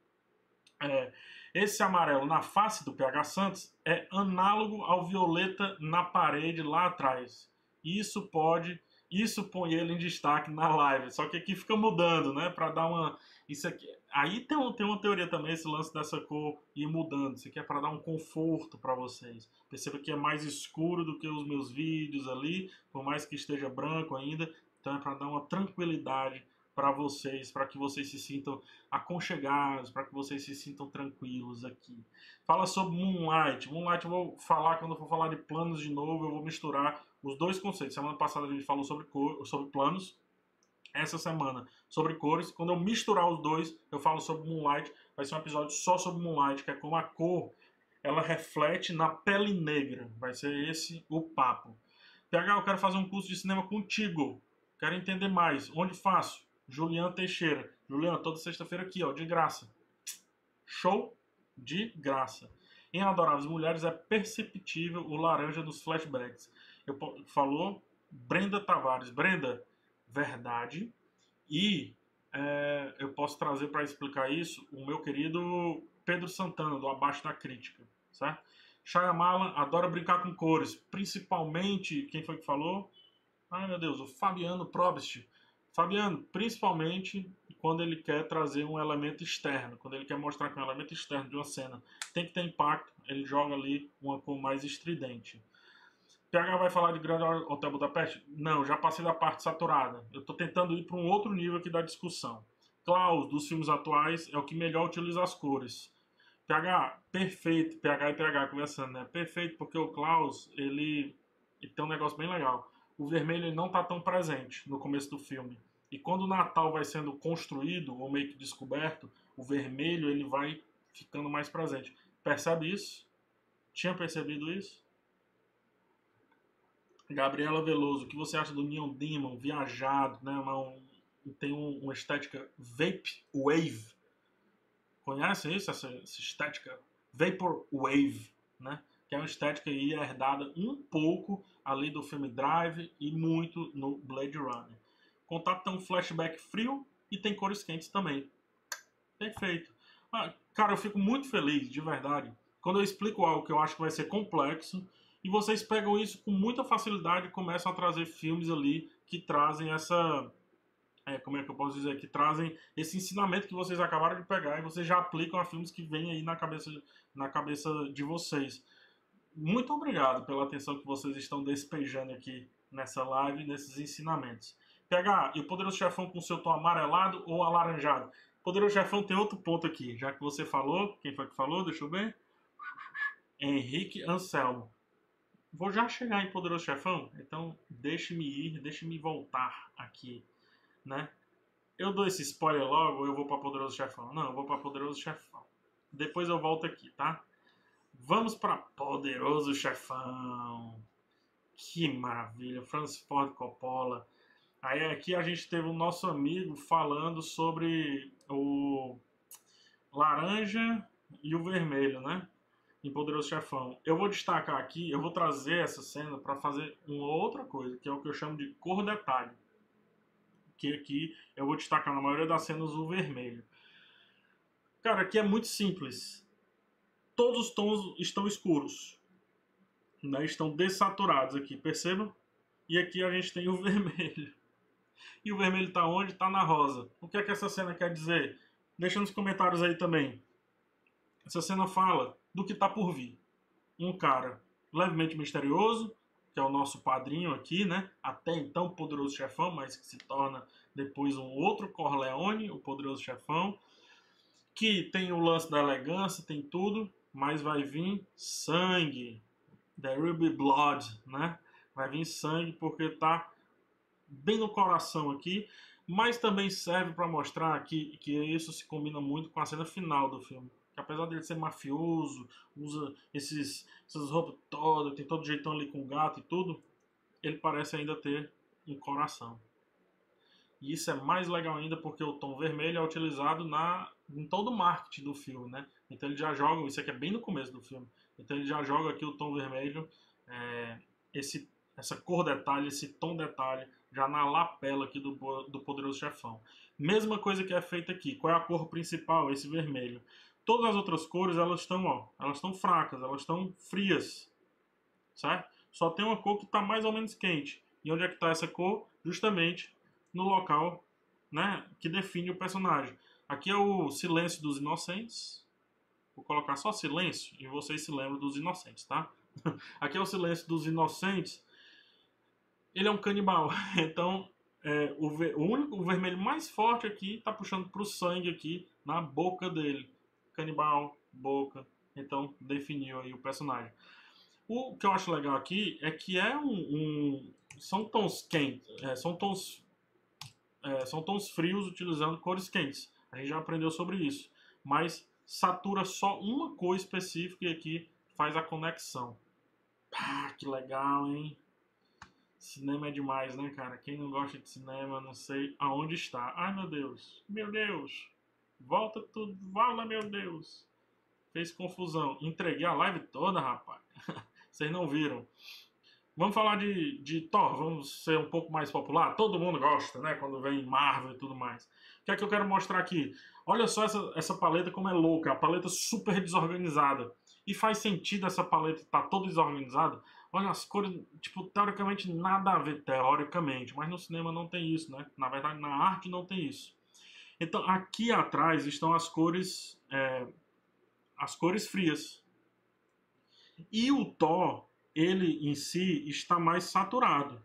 É, esse amarelo na face do P H Santos é análogo ao violeta na parede lá atrás. Isso pode, isso põe ele em destaque na live. Só que aqui fica mudando, né? Para dar uma, isso aqui. Aí tem, um, tem uma teoria também, esse lance dessa cor ir mudando. Isso aqui é para dar um conforto para vocês. Perceba que é mais escuro do que os meus vídeos ali, por mais que esteja branco ainda. Então é para dar uma tranquilidade para vocês, para que vocês se sintam aconchegados, para que vocês se sintam tranquilos aqui. Fala sobre Moonlight. Moonlight eu vou falar quando eu for falar de planos de novo, eu vou misturar os dois conceitos. Semana passada a gente falou sobre, cor, sobre planos, essa semana sobre cores. Quando eu misturar os dois, eu falo sobre Moonlight. Vai ser um episódio só sobre Moonlight, que é como a cor ela reflete na pele negra. Vai ser esse o papo. P H, eu quero fazer um curso de cinema contigo. Quero entender mais. Onde faço? Juliana Teixeira. Juliana, toda sexta-feira aqui, ó, de graça. Show de graça. Em Adoráveis Mulheres é perceptível o laranja dos flashbacks. Eu, falou Brenda Tavares. Brenda, verdade. E é, eu posso trazer para explicar isso o meu querido Pedro Santana, do Abaixo da Crítica. Certo? Shyamalan adora brincar com cores. Principalmente, quem foi que falou? Ai meu Deus, o Fabiano Probst. Fabiano, principalmente quando ele quer trazer um elemento externo, quando ele quer mostrar que um elemento externo de uma cena tem que ter impacto, ele joga ali uma cor mais estridente. P H vai falar de Grande Hotel Budapeste? Não, já passei da parte saturada. Eu estou tentando ir para um outro nível aqui da discussão. Klaus, dos filmes atuais, é o que melhor utiliza as cores. P H, perfeito, P H e P H conversando, né? Perfeito, porque o Klaus, ele, ele tem um negócio bem legal. O vermelho ele não está tão presente no começo do filme. E quando o Natal vai sendo construído, ou meio que descoberto, o vermelho ele vai ficando mais presente. Percebe isso? Tinha percebido isso? Gabriela Veloso, o que você acha do Neon Demon, viajado, né? Uma, um, tem um, uma estética Vape Wave. Conhece isso? Essa, essa estética Vapor Wave, né? Que é uma estética aí herdada um pouco ali do filme Drive e muito no Blade Runner. O contato tem um flashback frio e tem cores quentes também. Perfeito. Ah, cara, eu fico muito feliz, de verdade, quando eu explico algo que eu acho que vai ser complexo e vocês pegam isso com muita facilidade e começam a trazer filmes ali que trazem essa... É, como é que eu posso dizer? Que trazem esse ensinamento que vocês acabaram de pegar e vocês já aplicam a filmes que vêm aí na cabeça, na cabeça de vocês. Muito obrigado pela atenção que vocês estão despejando aqui nessa live, nesses ensinamentos. P H, e o Poderoso Chefão com seu tom amarelado ou alaranjado? O Poderoso Chefão tem outro ponto aqui, já que você falou. Quem foi que falou? Deixa eu ver. Henrique Anselmo. Vou já chegar em Poderoso Chefão, então deixe-me ir, deixe-me voltar aqui, né? Eu dou esse spoiler logo ou eu vou para Poderoso Chefão? Não, eu vou para Poderoso Chefão. Depois eu volto aqui, tá? Vamos para Poderoso Chefão. Que maravilha, Francis Ford Coppola. Aí aqui a gente teve o nosso amigo falando sobre o laranja e o vermelho, né? Em Poderoso Chefão. Eu vou destacar aqui, eu vou trazer essa cena para fazer uma outra coisa, que é o que eu chamo de cor detalhe. Que aqui eu vou destacar na maioria das cenas o vermelho. Cara, aqui é muito simples. Todos os tons estão escuros, né? Estão dessaturados aqui, percebam? E aqui a gente tem o vermelho. E o vermelho está onde? Está na rosa. O que é que essa cena quer dizer? Deixa nos comentários aí também. Essa cena fala do que está por vir. Um cara levemente misterioso, que é o nosso padrinho aqui, né? Até então Poderoso Chefão, mas que se torna depois um outro Corleone, o Poderoso Chefão, que tem o lance da elegância, tem tudo, mas vai vir sangue. There will be blood, né? Vai vir sangue porque tá bem no coração aqui, mas também serve para mostrar que, que isso se combina muito com a cena final do filme. Que apesar dele ser mafioso, usa esses, essas roupas todas, tem todo jeitão ali com gato e tudo, ele parece ainda ter um coração. E isso é mais legal ainda porque o tom vermelho é utilizado na, em todo o marketing do filme, né? Então ele já joga, isso aqui é bem no começo do filme, então ele já joga aqui o tom vermelho, é, esse, essa cor detalhe, esse tom detalhe, já na lapela aqui do, do Poderoso Chefão. Mesma coisa que é feita aqui. Qual é a cor principal? Esse vermelho. Todas as outras cores, elas estão, ó, elas estão fracas, elas estão frias, certo? Só tem uma cor que está mais ou menos quente. E onde é que está essa cor? Justamente no local, né, que define o personagem. Aqui é o Silêncio dos Inocentes. Vou colocar só silêncio e vocês se lembram dos inocentes, tá? Aqui é o Silêncio dos Inocentes. Ele é um canibal, então é, o, ver, o, único, o vermelho mais forte aqui está puxando para o sangue aqui na boca dele. Canibal, boca, então definiu aí o personagem. O que eu acho legal aqui é que é um, um- são tons quentes, é, são tons, é, são tons frios utilizando cores quentes. A gente já aprendeu sobre isso, mas satura só uma cor específica e aqui faz a conexão. Ah, que legal, hein? Cinema é demais, né, cara? Quem não gosta de cinema, não sei aonde está. Ai, meu Deus. Meu Deus. Volta tudo. Vala, meu Deus. Fez confusão. Entreguei a live toda, rapaz. Vocês não viram. Vamos falar de, de Thor. Vamos ser um pouco mais popular. Todo mundo gosta, né? Quando vem Marvel e tudo mais. O que é que eu quero mostrar aqui? Olha só essa, essa paleta como é louca. A paleta super desorganizada. E faz sentido essa paleta estar tá toda desorganizada. Olha as cores, tipo, teoricamente nada a ver, teoricamente. Mas no cinema não tem isso, né? Na verdade, na arte não tem isso. Então, aqui atrás estão as cores, é, as cores frias. E o Thor, ele em si está mais saturado.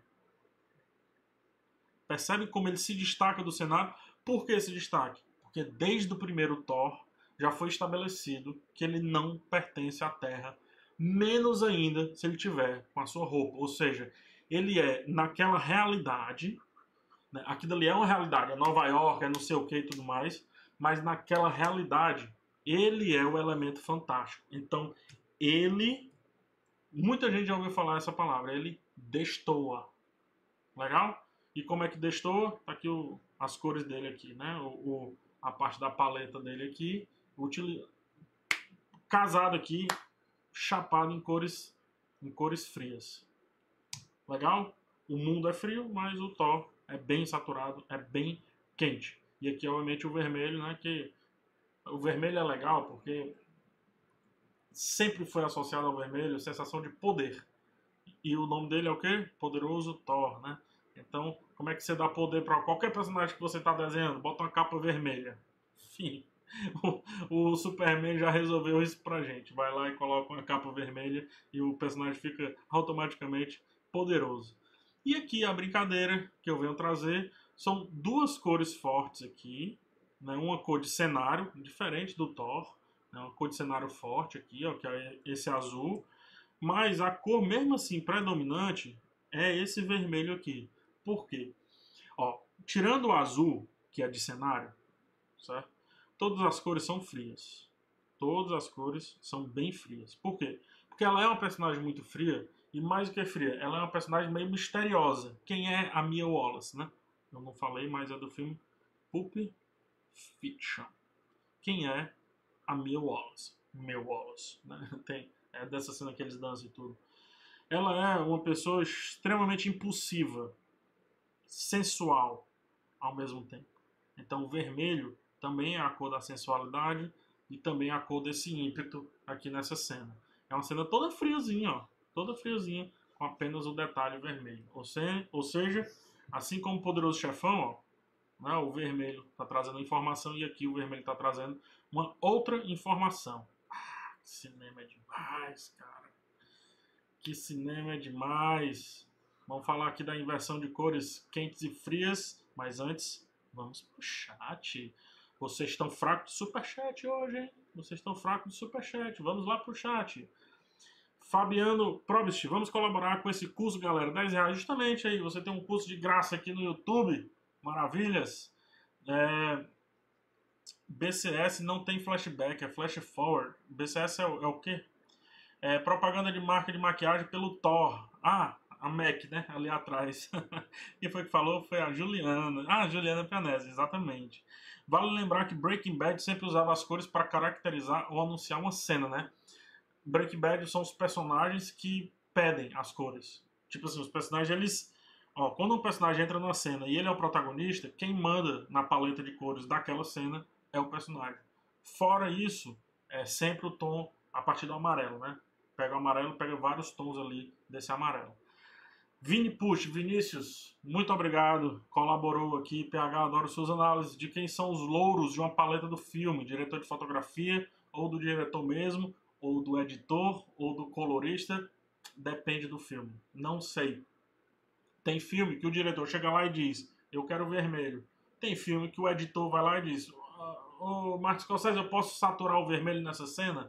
Percebe como ele se destaca do cenário? Por que esse destaque? Porque desde o primeiro Thor já foi estabelecido que ele não pertence à Terra, menos ainda se ele tiver com a sua roupa. Ou seja, ele é naquela realidade, né? Aquilo ali é uma realidade, é Nova York, é não sei o que e tudo mais, mas naquela realidade ele é o elemento fantástico. Então ele, muita gente já ouviu falar essa palavra, ele destoa. Legal? E como é que destoa? Tá aqui o, as cores dele aqui, né? O, o, a parte da paleta dele aqui, utili... casado aqui, chapado em cores, em cores frias. Legal? O mundo é frio, mas o Thor é bem saturado, é bem quente. E aqui, obviamente, o vermelho, né? Que o vermelho é legal porque sempre foi associado ao vermelho sensação de poder. E o nome dele é o quê? Poderoso Thor, né? Então, como é que você dá poder para qualquer personagem que você está desenhando? Bota uma capa vermelha. Enfim, o, o Superman já resolveu isso pra gente. Vai lá e coloca uma capa vermelha e o personagem fica automaticamente poderoso. E aqui a brincadeira que eu venho trazer são duas cores fortes aqui, né? Uma cor de cenário, diferente do Thor, né? Uma cor de cenário forte aqui, ó, que é esse azul. Mas a cor mesmo assim predominante é esse vermelho aqui. Por quê? Ó, tirando o azul, que é de cenário, certo? Todas as cores são frias. Todas as cores são bem frias. Por quê? Porque ela é uma personagem muito fria, e mais do que fria, ela é uma personagem meio misteriosa. Quem é a Mia Wallace, né? Eu não falei, mas é do filme Pulp Fiction. Quem é a Mia Wallace? Mia Wallace, né? Tem, é dessa cena que eles dançam e tudo. Ela é uma pessoa extremamente impulsiva, sensual ao mesmo tempo. Então o vermelho também é a cor da sensualidade e também é a cor desse ímpeto aqui nessa cena. É uma cena toda friozinha, ó, toda friozinha, com apenas o detalhe vermelho. Ou, se, ou seja, assim como o Poderoso Chefão, ó, né, o vermelho está trazendo informação e aqui o vermelho está trazendo uma outra informação. Ah, que cinema é demais, cara. Que cinema é demais. Vamos falar aqui da inversão de cores quentes e frias, mas antes, vamos pro chat. Vocês estão fracos de superchat hoje, hein? Vocês estão fracos de superchat. Vamos lá pro chat. Fabiano Probst, vamos colaborar com esse curso, galera. dez reais. Justamente aí, você tem um curso de graça aqui no YouTube. Maravilhas. É... B C S não tem flashback, é flash forward. B C S é o, é o quê? É, propaganda de marca de maquiagem pelo Thor. Ah, a MAC, né? Ali atrás. Quem foi que falou? Foi a Juliana. Ah, Juliana Pianese, exatamente. Vale lembrar que Breaking Bad sempre usava as cores para caracterizar ou anunciar uma cena, né? Breaking Bad são os personagens que pedem as cores. Tipo assim, os personagens, eles... Ó, quando um personagem entra numa cena e ele é o protagonista, quem manda na paleta de cores daquela cena é o personagem. Fora isso, é sempre o tom a partir do amarelo, né? Pega o amarelo, pega vários tons ali desse amarelo. Vini Push, Vinícius, muito obrigado. Colaborou aqui. P H, adoro suas análises de quem são os louros de uma paleta do filme. Diretor de fotografia, ou do diretor mesmo, ou do editor, ou do colorista. Depende do filme. Não sei. Tem filme que o diretor chega lá e diz, eu quero vermelho. Tem filme que o editor vai lá e diz, ô Marcos Scorsese, eu posso saturar o vermelho nessa cena?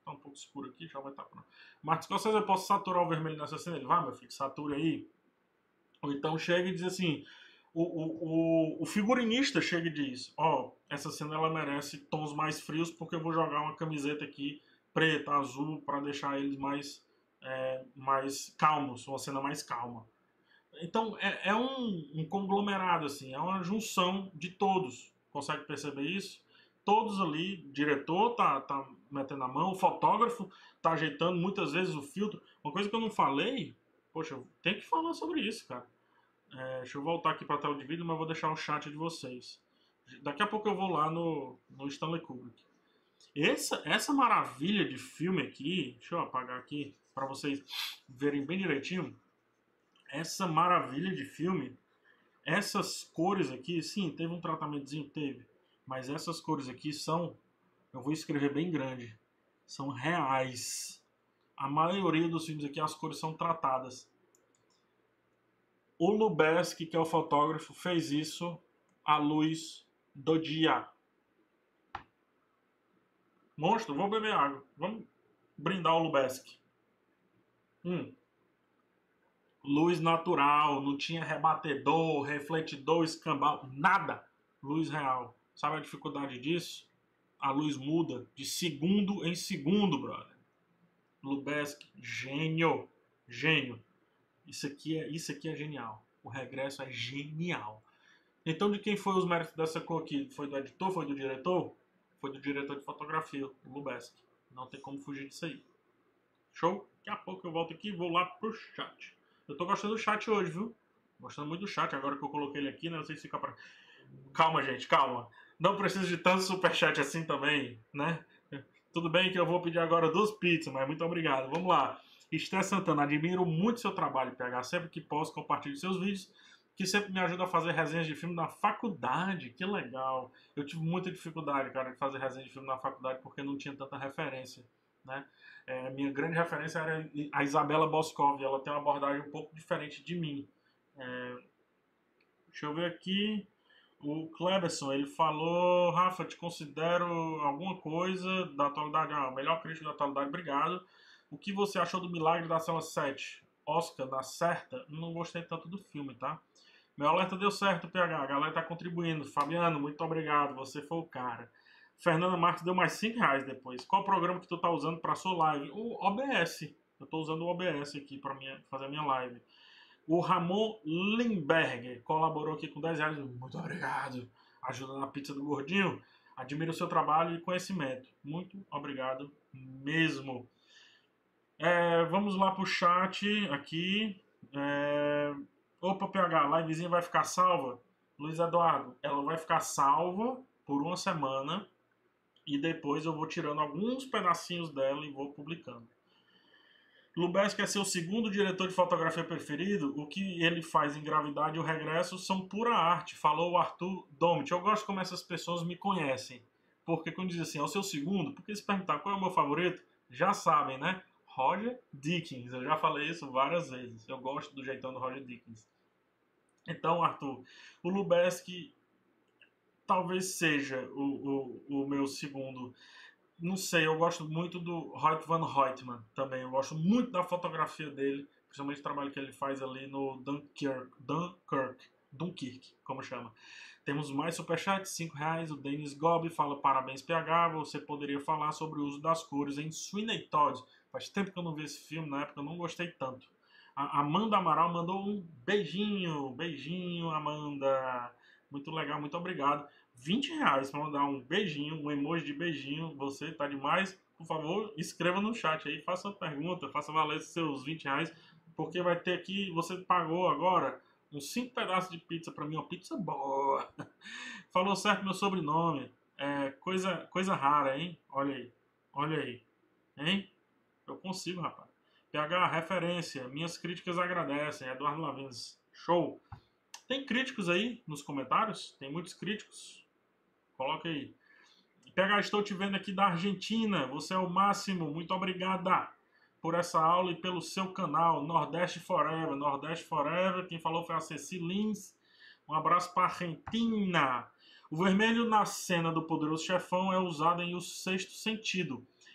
Tá um pouco escuro aqui, já vai estar pronto. Martin Scorsese, eu posso saturar o vermelho nessa cena? Ele, vai, meu filho, sature aí. Ou então chega e diz assim, o, o, o, o figurinista chega e diz, ó, oh, essa cena ela merece tons mais frios porque eu vou jogar uma camiseta aqui preta, azul, para deixar eles mais, é, mais calmos, uma cena mais calma. Então é, é um, um conglomerado, assim, é uma junção de todos. Consegue perceber isso? Todos ali, o diretor tá, tá metendo a mão, o fotógrafo tá ajeitando muitas vezes o filtro. Uma coisa que eu não falei, poxa, eu tenho que falar sobre isso, cara. É, deixa eu voltar aqui para a tela de vídeo, mas vou deixar o chat de vocês. Daqui a pouco eu vou lá no, no Stanley Kubrick. Essa, essa maravilha de filme aqui, deixa eu apagar aqui para vocês verem bem direitinho. Essa maravilha de filme, essas cores aqui, sim, teve um tratamentozinho, teve. Mas essas cores aqui são, eu vou escrever bem grande, são reais. A maioria dos filmes aqui, as cores são tratadas. O Lubezki, que é o fotógrafo, fez isso à luz do dia. Monstro, vou beber água. Vamos brindar o Lubezki. Hum. Luz natural, não tinha rebatedor, refletidor, escambau, nada. Luz real. Sabe a dificuldade disso? A luz muda de segundo em segundo, brother. Lubezki, gênio. Gênio. Isso aqui, é, isso aqui é genial. O regresso é genial. Então, de quem foi os méritos dessa cor aqui? Foi do editor? Foi do diretor? Foi do diretor de fotografia, o Lubezki. Não tem como fugir disso aí. Show? Daqui a pouco eu volto aqui e vou lá pro chat. Eu tô gostando do chat hoje, viu? Gostando muito do chat, agora que eu coloquei ele aqui, né? Não sei se fica pra... Calma, gente, calma. Não preciso de tanto superchat assim também, né? Tudo bem que eu vou pedir agora duas pizzas, mas muito obrigado. Vamos lá. Esté Santana, admiro muito seu trabalho, P H. Sempre que posso, compartilho seus vídeos, que sempre me ajuda a fazer resenhas de filme na faculdade. Que legal. Eu tive muita dificuldade, cara, de fazer resenha de filme na faculdade porque não tinha tanta referência, né? É, minha grande referência era a Isabela Boscov. Ela tem uma abordagem um pouco diferente de mim. É, deixa eu ver aqui. O Cleberson, ele falou, Rafa, te considero alguma coisa da atualidade, ah, o melhor crítico da atualidade, obrigado. O que você achou do Milagre da Cela sete? Oscar, dá certa? Não gostei tanto do filme, tá? Meu alerta deu certo, P H, a galera tá contribuindo. Fabiano, muito obrigado, você foi o cara. Fernanda Marques deu mais cinco reais depois. Qual programa que tu tá usando pra sua live? O O B S. Eu tô usando o O B S aqui pra minha, fazer a minha live. O Ramon Limberger colaborou aqui com dez reais. Muito obrigado. Ajuda na pizza do gordinho. Admiro o seu trabalho e conhecimento. Muito obrigado mesmo. É, vamos lá pro chat aqui. É... Opa, P H, a livezinha vai ficar salva? Luiz Eduardo, ela vai ficar salva por uma semana e depois eu vou tirando alguns pedacinhos dela e vou publicando. Lubezki é seu segundo diretor de fotografia preferido. O que ele faz em Gravidade e O Regresso são pura arte, falou o Arthur Domit. Eu gosto como essas pessoas me conhecem. Porque quando diz assim, é o seu segundo, porque se perguntar qual é o meu favorito, já sabem, né? Roger Dickens. Eu já falei isso várias vezes. Eu gosto do jeitão do Roger Dickens. Então, Arthur, o Lubezki talvez seja o, o, o meu segundo. Não sei, eu gosto muito do Hoyt van Hoytman também. Eu gosto muito da fotografia dele, principalmente o trabalho que ele faz ali no Dunkirk, Dunkirk, Dunkirk, como chama. Temos mais superchats, cinco reais. O Denis Gobi fala, parabéns P H, você poderia falar sobre o uso das cores em Sweeney Todd. Faz tempo que eu não vi esse filme, na época eu não gostei tanto. A Amanda Amaral mandou um beijinho, beijinho Amanda. Muito legal, muito obrigado. vinte reais para mandar um beijinho, um emoji de beijinho. Você tá demais. Por favor, escreva no chat aí, faça uma pergunta, faça valer seus vinte reais, porque vai ter aqui, você pagou agora uns cinco pedaços de pizza para mim, uma pizza boa. Falou certo meu sobrenome. É coisa, coisa rara, hein? Olha aí, olha aí, hein? Eu consigo, rapaz. P H, referência, minhas críticas agradecem. Eduardo Lavins, show. Tem críticos aí nos comentários? Tem muitos críticos? Coloca aí. P H, estou te vendo aqui da Argentina. Você é o máximo. Muito obrigada por essa aula e pelo seu canal. Nordeste Forever. Nordeste Forever. Quem falou foi a Ceci Lins. Um abraço para a Argentina. O vermelho na cena do Poderoso Chefão é usado em O Sexto Sentido.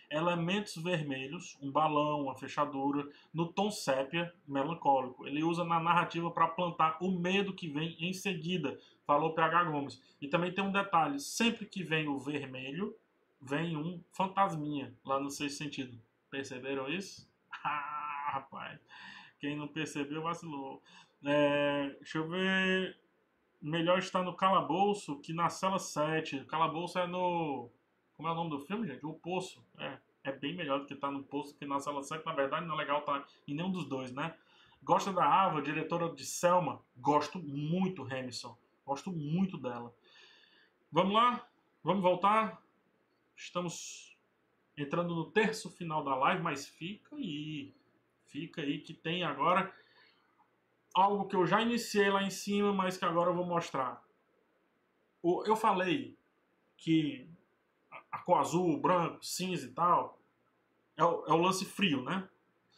elementos vermelhos, um balão, uma fechadura, no tom sépia, melancólico. Ele usa na narrativa para plantar o medo que vem em seguida, falou P H. Gomes. E também tem um detalhe, sempre que vem o vermelho, vem um fantasminha lá no sexto sentido. Perceberam isso? Ah, rapaz, quem não percebeu vacilou. É, deixa eu ver. Melhor estar no calabouço que na cela sete. O calabouço é no. Como é o nome do filme, gente? O Poço. É, é bem melhor do que estar no Poço que na cela sete. Na verdade, não é legal estar em nenhum dos dois, né? Gosta da Ava, diretora de Selma? Gosto muito, Hamilton. Gosto muito dela. Vamos lá? Vamos voltar? Estamos entrando no terço final da live, mas fica aí. Fica aí que tem agora algo que eu já iniciei lá em cima, mas que agora eu vou mostrar. Eu falei que a cor azul, branco, cinza e tal é o, é o lance frio, né?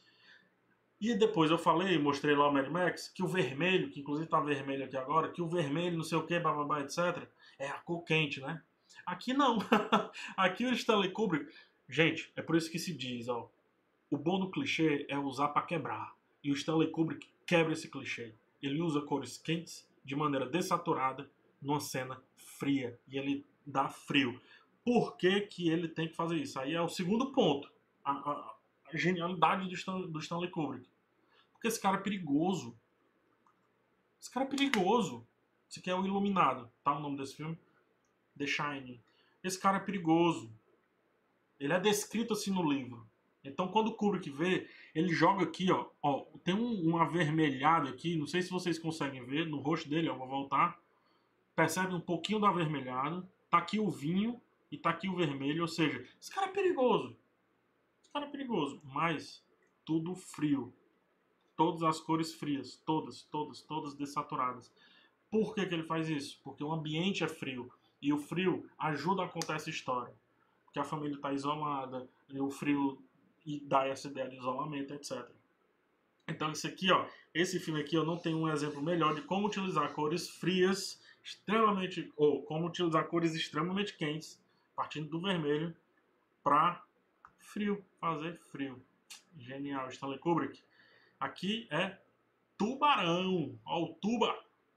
E depois eu falei, mostrei lá o Mad Max, que o vermelho, que inclusive tá vermelho aqui agora, que o vermelho, não sei o que, bababá, etcétera, é a cor quente, né? Aqui não. Aqui o Stanley Kubrick... Gente, é por isso que se diz, ó, o bom do clichê é usar para quebrar. E o Stanley Kubrick quebra esse clichê. Ele usa cores quentes de maneira dessaturada numa cena fria. E ele dá frio. Por que, que ele tem que fazer isso? Aí é o segundo ponto. A, a, a genialidade do, Stan, do Stanley Kubrick. Porque esse cara é perigoso. Esse cara é perigoso. Esse aqui é o Iluminado. Tá o nome desse filme? The Shining. Esse cara é perigoso. Ele é descrito assim no livro. Então, quando o Kubrick vê, ele joga aqui, ó, ó tem um, um avermelhado aqui, não sei se vocês conseguem ver, no rosto dele, ó, vou voltar. Percebe um pouquinho do avermelhado, tá aqui o vinho e tá aqui o vermelho, ou seja, esse cara é perigoso. Esse cara é perigoso, mas tudo frio. Todas as cores frias, todas, todas, todas dessaturadas. Por que que ele faz isso? Porque o ambiente é frio, e o frio ajuda a contar essa história. Porque a família está isolada, e o frio dá essa ideia de isolamento, etcétera. Então esse aqui, ó, esse filme aqui eu não tenho um exemplo melhor de como utilizar cores frias, extremamente, ou como utilizar cores extremamente quentes, partindo do vermelho, para frio, fazer frio. Genial, Stanley Kubrick. Aqui é Tubarão, ó, o Tuba.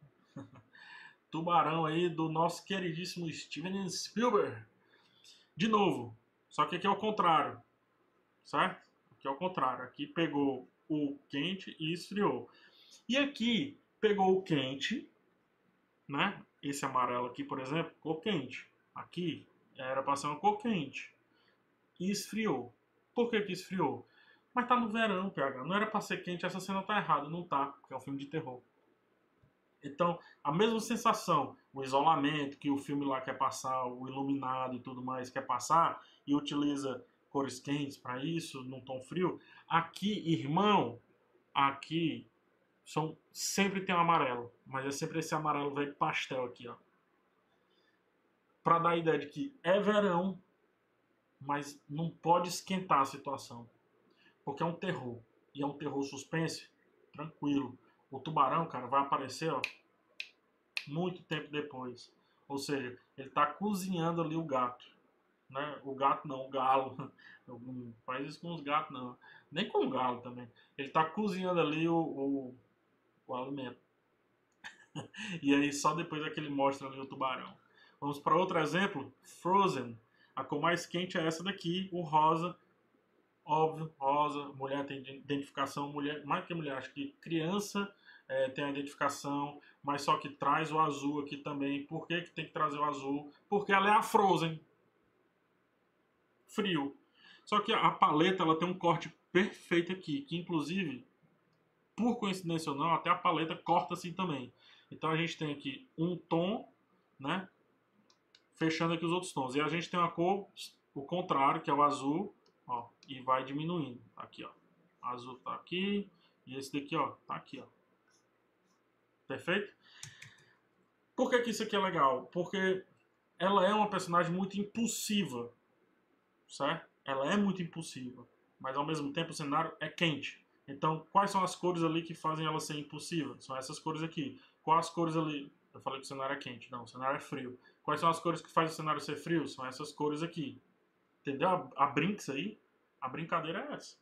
Tubarão aí do nosso queridíssimo Steven Spielberg. De novo, só que aqui é o contrário, certo? Aqui é o contrário. Aqui pegou o quente e esfriou. E aqui pegou o quente, né? Esse amarelo aqui, por exemplo, cor quente. Aqui era para ser uma cor quente. E esfriou. Por que que esfriou? Mas tá no verão, P H. Não era para ser quente, essa cena tá errada. Não tá, porque é um filme de terror. Então, a mesma sensação, o isolamento que o filme lá quer passar, o iluminado e tudo mais quer passar, e utiliza cores quentes para isso, num tom frio. Aqui, irmão, aqui são, sempre tem um amarelo, mas é sempre esse amarelo velho pastel aqui, ó. Para dar a ideia de que é verão, mas não pode esquentar a situação, porque é um terror, e é um terror suspense, tranquilo. O tubarão, cara, vai aparecer, ó, muito tempo depois. Ou seja, ele está cozinhando ali o gato. Né? O gato não, o galo. Não faz isso com os gatos, não. Nem com o galo também. Ele está cozinhando ali o, o, o alimento. E aí só depois é que ele mostra ali o tubarão. Vamos para outro exemplo. Frozen. A cor mais quente é essa daqui, o rosa. Óbvio, rosa. Mulher tem identificação. Mulher, mais que mulher, acho que criança é, tem a identificação, mas só que traz o azul aqui também. Por que que tem que trazer o azul? Porque ela é a Frozen. Frio. Só que a paleta ela tem um corte perfeito aqui, que inclusive, por coincidência ou não, até a paleta corta assim também. Então a gente tem aqui um tom, né, fechando aqui os outros tons. E a gente tem uma cor, o contrário, que é o azul, ó, e vai diminuindo. Aqui, ó. O azul tá aqui, e esse daqui, ó, tá aqui, ó. Perfeito? Por que que isso aqui é legal? Porque ela é uma personagem muito impulsiva, certo? Ela é muito impulsiva, mas ao mesmo tempo o cenário é quente. Então, quais são as cores ali que fazem ela ser impulsiva? São essas cores aqui. Quais as cores ali? Eu falei que o cenário é quente. Não, o cenário é frio. Quais são as cores que fazem o cenário ser frio? São essas cores aqui. Entendeu? A, a Brinks aí, a brincadeira é essa.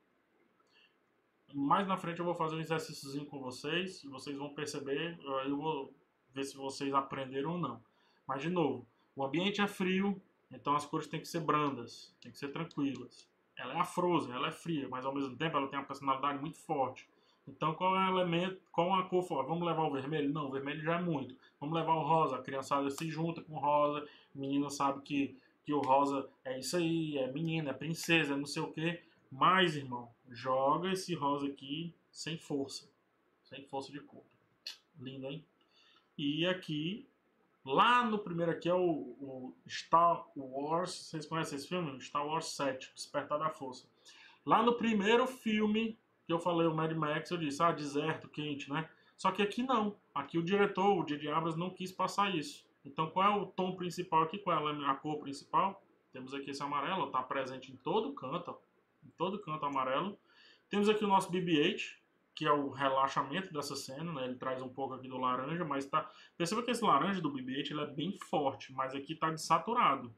Mais na frente eu vou fazer um exercíciozinho com vocês, e vocês vão perceber, aí eu vou ver se vocês aprenderam ou não. Mas de novo, o ambiente é frio, então as cores têm que ser brandas, têm que ser tranquilas. Ela é a Frozen, ela é fria, mas ao mesmo tempo ela tem uma personalidade muito forte. Então qual é o elemento, qual é a cor forte? Vamos levar o vermelho? Não, o vermelho já é muito. Vamos levar o rosa, a criançada se junta com o rosa, a menina sabe que, que o rosa é isso aí, é menina, é princesa, é não sei o que. Mas, irmão, joga esse rosa aqui sem força, sem força de cor. Lindo, hein? E aqui, lá no primeiro aqui é o, o Star Wars. Vocês conhecem esse filme? Star Wars sete, Despertar da Força. Lá no primeiro filme que eu falei, o Mad Max, eu disse, ah, deserto, quente, né? Só que aqui não. Aqui o diretor, o J J Abrams, não quis passar isso. Então qual é o tom principal aqui? Qual é a cor principal? Temos aqui esse amarelo, está presente em todo canto, ó. Em todo canto amarelo. Temos aqui o nosso B B oito, que é o relaxamento dessa cena, né? Ele traz um pouco aqui do laranja, mas tá... Perceba que esse laranja do B B oito ele é bem forte, mas aqui está desaturado.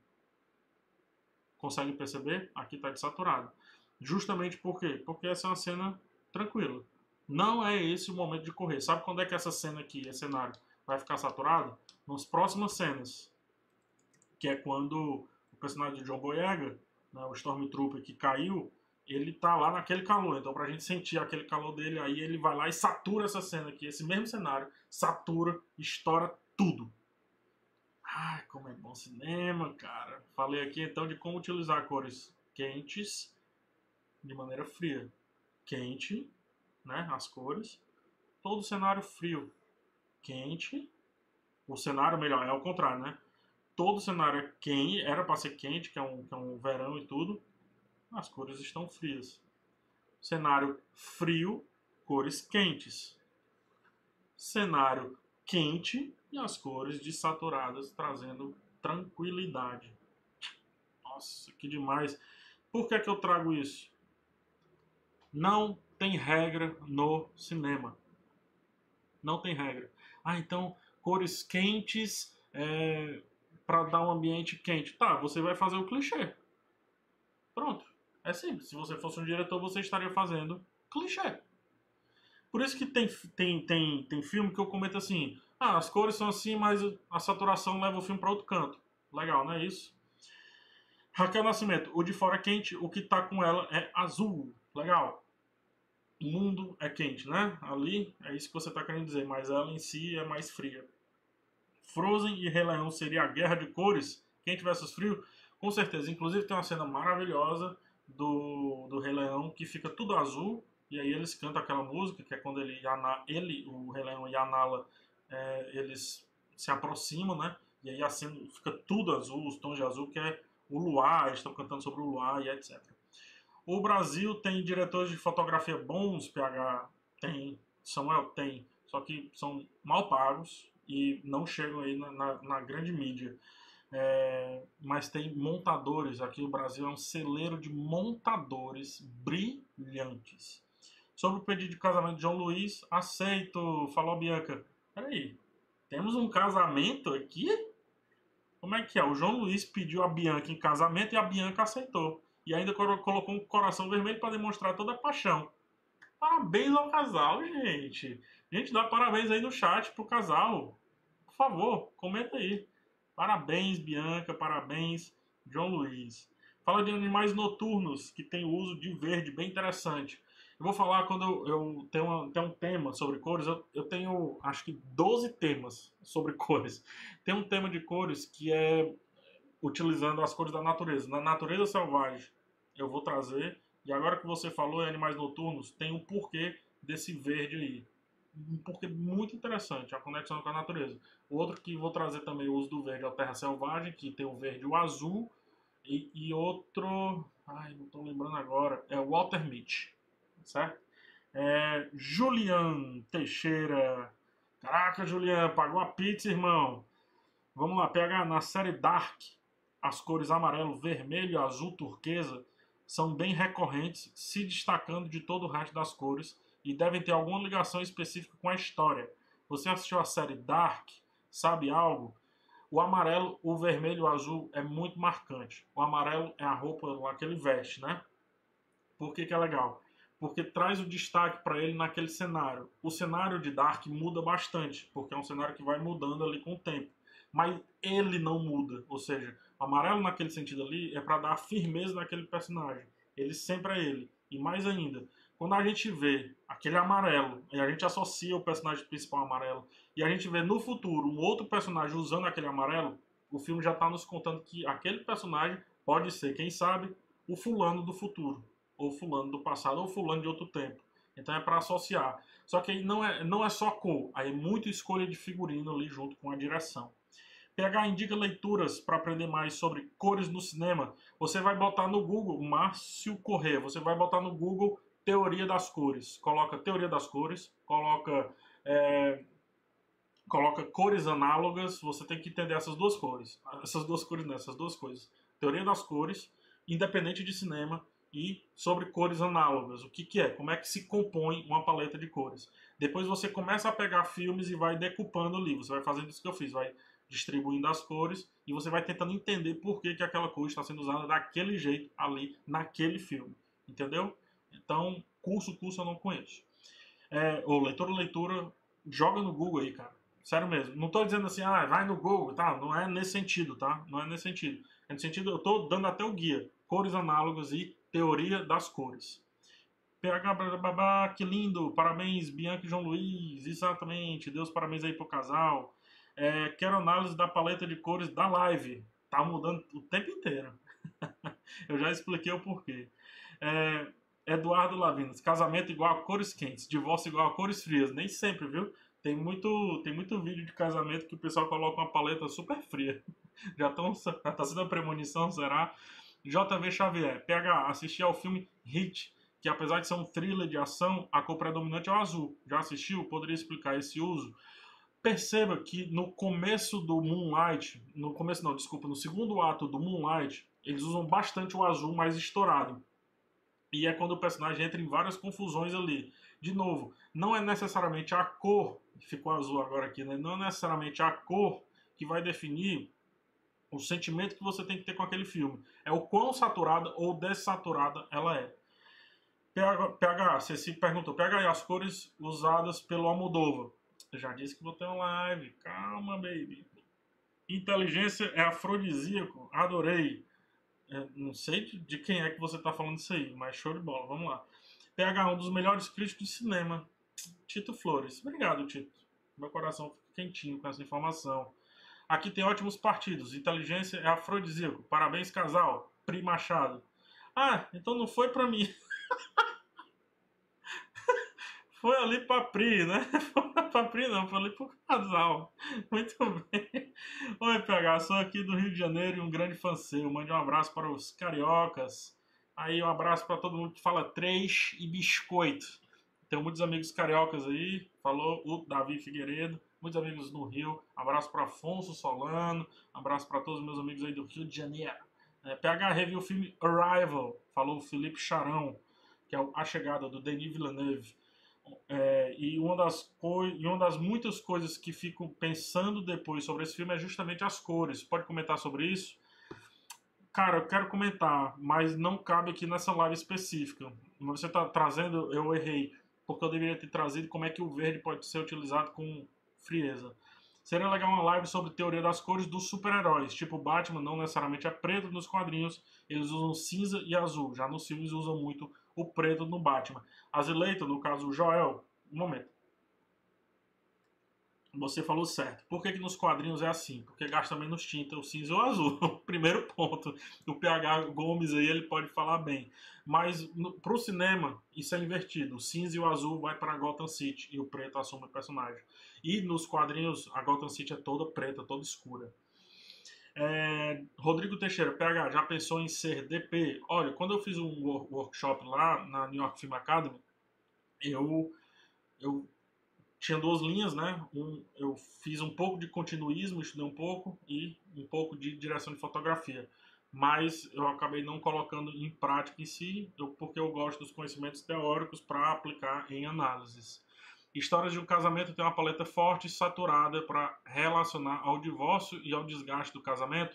Consegue perceber? Aqui está desaturado. Justamente por quê? Porque essa é uma cena tranquila. Não é esse o momento de correr. Sabe quando é que essa cena aqui, esse cenário, vai ficar saturado? Nas próximas cenas. Que é quando o personagem de John Boyega, né, o Stormtrooper que caiu, ele tá lá naquele calor. Então, pra gente sentir aquele calor dele, aí ele vai lá e satura essa cena aqui. Esse mesmo cenário, satura, estoura tudo. Ai, como é bom cinema, cara. Falei aqui então de como utilizar cores quentes de maneira fria. Quente, né, as cores. Todo cenário frio. Quente. O cenário, melhor, é o contrário, né? Todo cenário é quente, era para ser quente, que é, um, que é um verão e tudo. As cores estão frias. Cenário frio, cores quentes. Cenário quente e as cores desaturadas, trazendo tranquilidade. Nossa, que demais. Por que é que eu trago isso? Não tem regra no cinema. Não tem regra. Ah, então, cores quentes é, para dar um ambiente quente. Tá, você vai fazer o clichê. Pronto. É simples. Se você fosse um diretor, você estaria fazendo clichê. Por isso que tem, tem, tem, tem filme que eu comento assim, ah, as cores são assim, mas a saturação leva o filme para outro canto. Legal, não é isso? Raquel Nascimento, o de fora é quente, o que tá com ela é azul. Legal. O mundo é quente, né? Ali é isso que você tá querendo dizer, mas ela em si é mais fria. Frozen e Rei Leão seria a guerra de cores, quente versus frio? Com certeza. Inclusive tem uma cena maravilhosa do, do Rei Leão que fica tudo azul. E aí eles cantam aquela música, que é quando ele, ele o Rei Leão e a Nala, é, eles se aproximam, né? E aí a cena fica tudo azul, os tons de azul, que é o luar, eles estão cantando sobre o luar e etcétera. O Brasil tem diretores de fotografia bons, P H? Tem. Samuel? Tem. Só que são mal pagos e não chegam aí na, na, na grande mídia. É, mas tem montadores. Aqui o Brasil é um celeiro de montadores brilhantes. Sobre o pedido de casamento de João Luiz, aceito. Falou, Bianca. Peraí, temos um casamento aqui? Como é que é? O João Luiz pediu a Bianca em casamento e a Bianca aceitou. E ainda colocou um coração vermelho para demonstrar toda a paixão. Parabéns ao casal, gente. Gente, dá parabéns aí no chat pro casal. Por favor, comenta aí. Parabéns, Bianca. Parabéns, João Luiz. Fala de animais noturnos, que tem o uso de verde, bem interessante. Eu vou falar quando eu, eu tenho, uma, tenho um tema sobre cores. Eu, eu tenho, acho que, doze temas sobre cores. Tem um tema de cores que é utilizando as cores da natureza. Na natureza selvagem, eu vou trazer. E agora que você falou em animais noturnos, tem um porquê desse verde aí. Um porquê muito interessante, a conexão com a natureza. O outro que vou trazer também, o uso do verde, é o Terra Selvagem, que tem o verde e o azul. E, e outro, ai, não estou lembrando agora, é o Walter Mitty, certo? É, Julian Teixeira. Caraca, Julian, pagou a pizza, irmão. Vamos lá, P H, na série Dark, as cores amarelo, vermelho, azul, turquesa são bem recorrentes, se destacando de todo o resto das cores e devem ter alguma ligação específica com a história. Você assistiu a série Dark? Sabe algo? O amarelo, o vermelho e o azul é muito marcante. O amarelo é a roupa lá que ele veste, né? Por que que é legal? Porque traz o destaque para ele naquele cenário. O cenário de Dark muda bastante, porque é um cenário que vai mudando ali com o tempo. Mas ele não muda, ou seja, o amarelo naquele sentido ali é para dar firmeza naquele personagem. Ele sempre é ele. E mais ainda, quando a gente vê aquele amarelo, e a gente associa o personagem principal amarelo, e a gente vê no futuro um outro personagem usando aquele amarelo, o filme já está nos contando que aquele personagem pode ser, quem sabe, o fulano do futuro, ou fulano do passado, ou fulano de outro tempo. Então é para associar. Só que aí não é, não é só cor, aí é muita escolha de figurino ali junto com a direção. P H indica leituras para aprender mais sobre cores no cinema. Você vai botar no Google, Márcio Corrêa, você vai botar no Google teoria das cores. Coloca teoria das cores, coloca, é, coloca cores análogas, você tem que entender essas duas cores. Essas duas cores, não, essas duas coisas. Teoria das cores, independente de cinema, e sobre cores análogas. O que, que é? Como é que se compõe uma paleta de cores. Depois você começa a pegar filmes e vai decupando ali. Você vai fazendo isso que eu fiz, vai distribuindo as cores e você vai tentando entender por que, que aquela cor está sendo usada daquele jeito ali naquele filme. Entendeu? Então, curso, curso eu não conheço. É, ou leitura, leitura, joga no Google aí, cara. Sério mesmo. Não tô dizendo assim, ah, vai no Google, tá? Não é nesse sentido, tá? Não é nesse sentido. É nesse sentido, eu tô dando até o guia. Cores análogas e teoria das cores. P H, babá, que lindo. Parabéns, Bianca e João Luiz. Exatamente. Deus parabéns aí pro casal. É, quero análise da paleta de cores da live. Tá mudando o tempo inteiro. Eu já expliquei o porquê. É, Eduardo Lavinas, casamento igual a cores quentes, divórcio igual a cores frias. Nem sempre, viu? Tem muito, tem muito vídeo de casamento que o pessoal coloca uma paleta super fria. Já, tão, já tá sendo a premonição, será? J V Xavier, P H, assisti ao filme Hit, que apesar de ser um thriller de ação, a cor predominante é o azul. Já assistiu? Poderia explicar esse uso? Perceba que no começo do Moonlight, no começo não, desculpa, no segundo ato do Moonlight, eles usam bastante o azul mais estourado. E é quando o personagem entra em várias confusões ali. De novo, não é necessariamente a cor, ficou azul agora aqui, né? Não é necessariamente a cor que vai definir o sentimento que você tem que ter com aquele filme. É o quão saturada ou dessaturada ela é. P H, você se perguntou, P H, e as cores usadas pelo Almodóvar? Eu já disse que vou ter uma live. Calma, baby. Inteligência é afrodisíaco. Adorei. É, não sei de, de quem é que você está falando isso aí, mas show de bola. Vamos lá. P H, um dos melhores críticos de cinema. Tito Flores. Obrigado, Tito. Meu coração fica quentinho com essa informação. Aqui tem ótimos partidos. Inteligência é afrodisíaco. Parabéns, casal. Pri Machado. Ah, então não foi pra mim. Foi ali pra Pri, né? Foi pra Pri não, foi ali pro casal. Muito bem. Oi, P H, sou aqui do Rio de Janeiro e um grande fã seu. Mande um abraço para os cariocas. Aí um abraço para todo mundo que fala três e biscoito. Tenho muitos amigos cariocas aí. Falou o Davi Figueiredo. Muitos amigos no Rio. Abraço para Afonso Solano. Abraço para todos os meus amigos aí do Rio de Janeiro. É, P H review o filme Arrival. Falou o Felipe Charão, que é A Chegada, do Denis Villeneuve. É, e, uma das e uma das muitas coisas que fico pensando depois sobre esse filme é justamente as cores. Pode comentar sobre isso? Cara, eu quero comentar, mas não cabe aqui nessa live específica. Você está trazendo, eu errei, porque eu deveria ter trazido como é que o verde pode ser utilizado com frieza. Seria legal uma live sobre teoria das cores dos super-heróis, tipo Batman não necessariamente é preto nos quadrinhos, eles usam cinza e azul, já nos filmes usam muito o preto no Batman. Azileito, no caso o Joel, um momento. Você falou certo. Por que, que nos quadrinhos é assim? Porque gasta menos tinta o cinza e o azul. Primeiro ponto. O P H Gomes aí ele pode falar bem. Mas para o cinema isso é invertido. O cinza e o azul vai para Gotham City e o preto assume o personagem. E nos quadrinhos a Gotham City é toda preta, toda escura. É, Rodrigo Teixeira, P H, já pensou em ser D P? Olha, quando eu fiz um workshop lá na New York Film Academy, eu, eu tinha duas linhas, né? Um, eu fiz um pouco de continuismo, estudei um pouco, e um pouco de direção de fotografia. Mas eu acabei não colocando em prática em si, eu, porque eu gosto dos conhecimentos teóricos para aplicar em análises. Histórias de um Casamento tem uma paleta forte e saturada para relacionar ao divórcio e ao desgaste do casamento.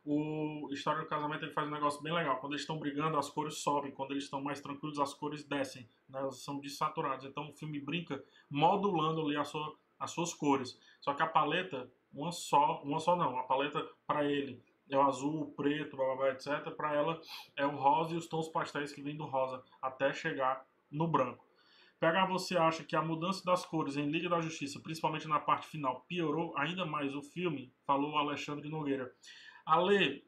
O História do Casamento ele faz um negócio bem legal. Quando eles estão brigando, as cores sobem. Quando eles estão mais tranquilos, as cores descem. Né? Elas são dessaturadas. Então o filme brinca modulando ali a sua, as suas cores. Só que a paleta, uma só, uma só não. A paleta para ele é o azul, o preto, blá, blá, blá, etcétera. Para ela é o rosa e os tons pastéis que vêm do rosa até chegar no branco. P H, você acha que a mudança das cores em Liga da Justiça, principalmente na parte final, piorou ainda mais o filme? Falou Alexandre Nogueira. Ale,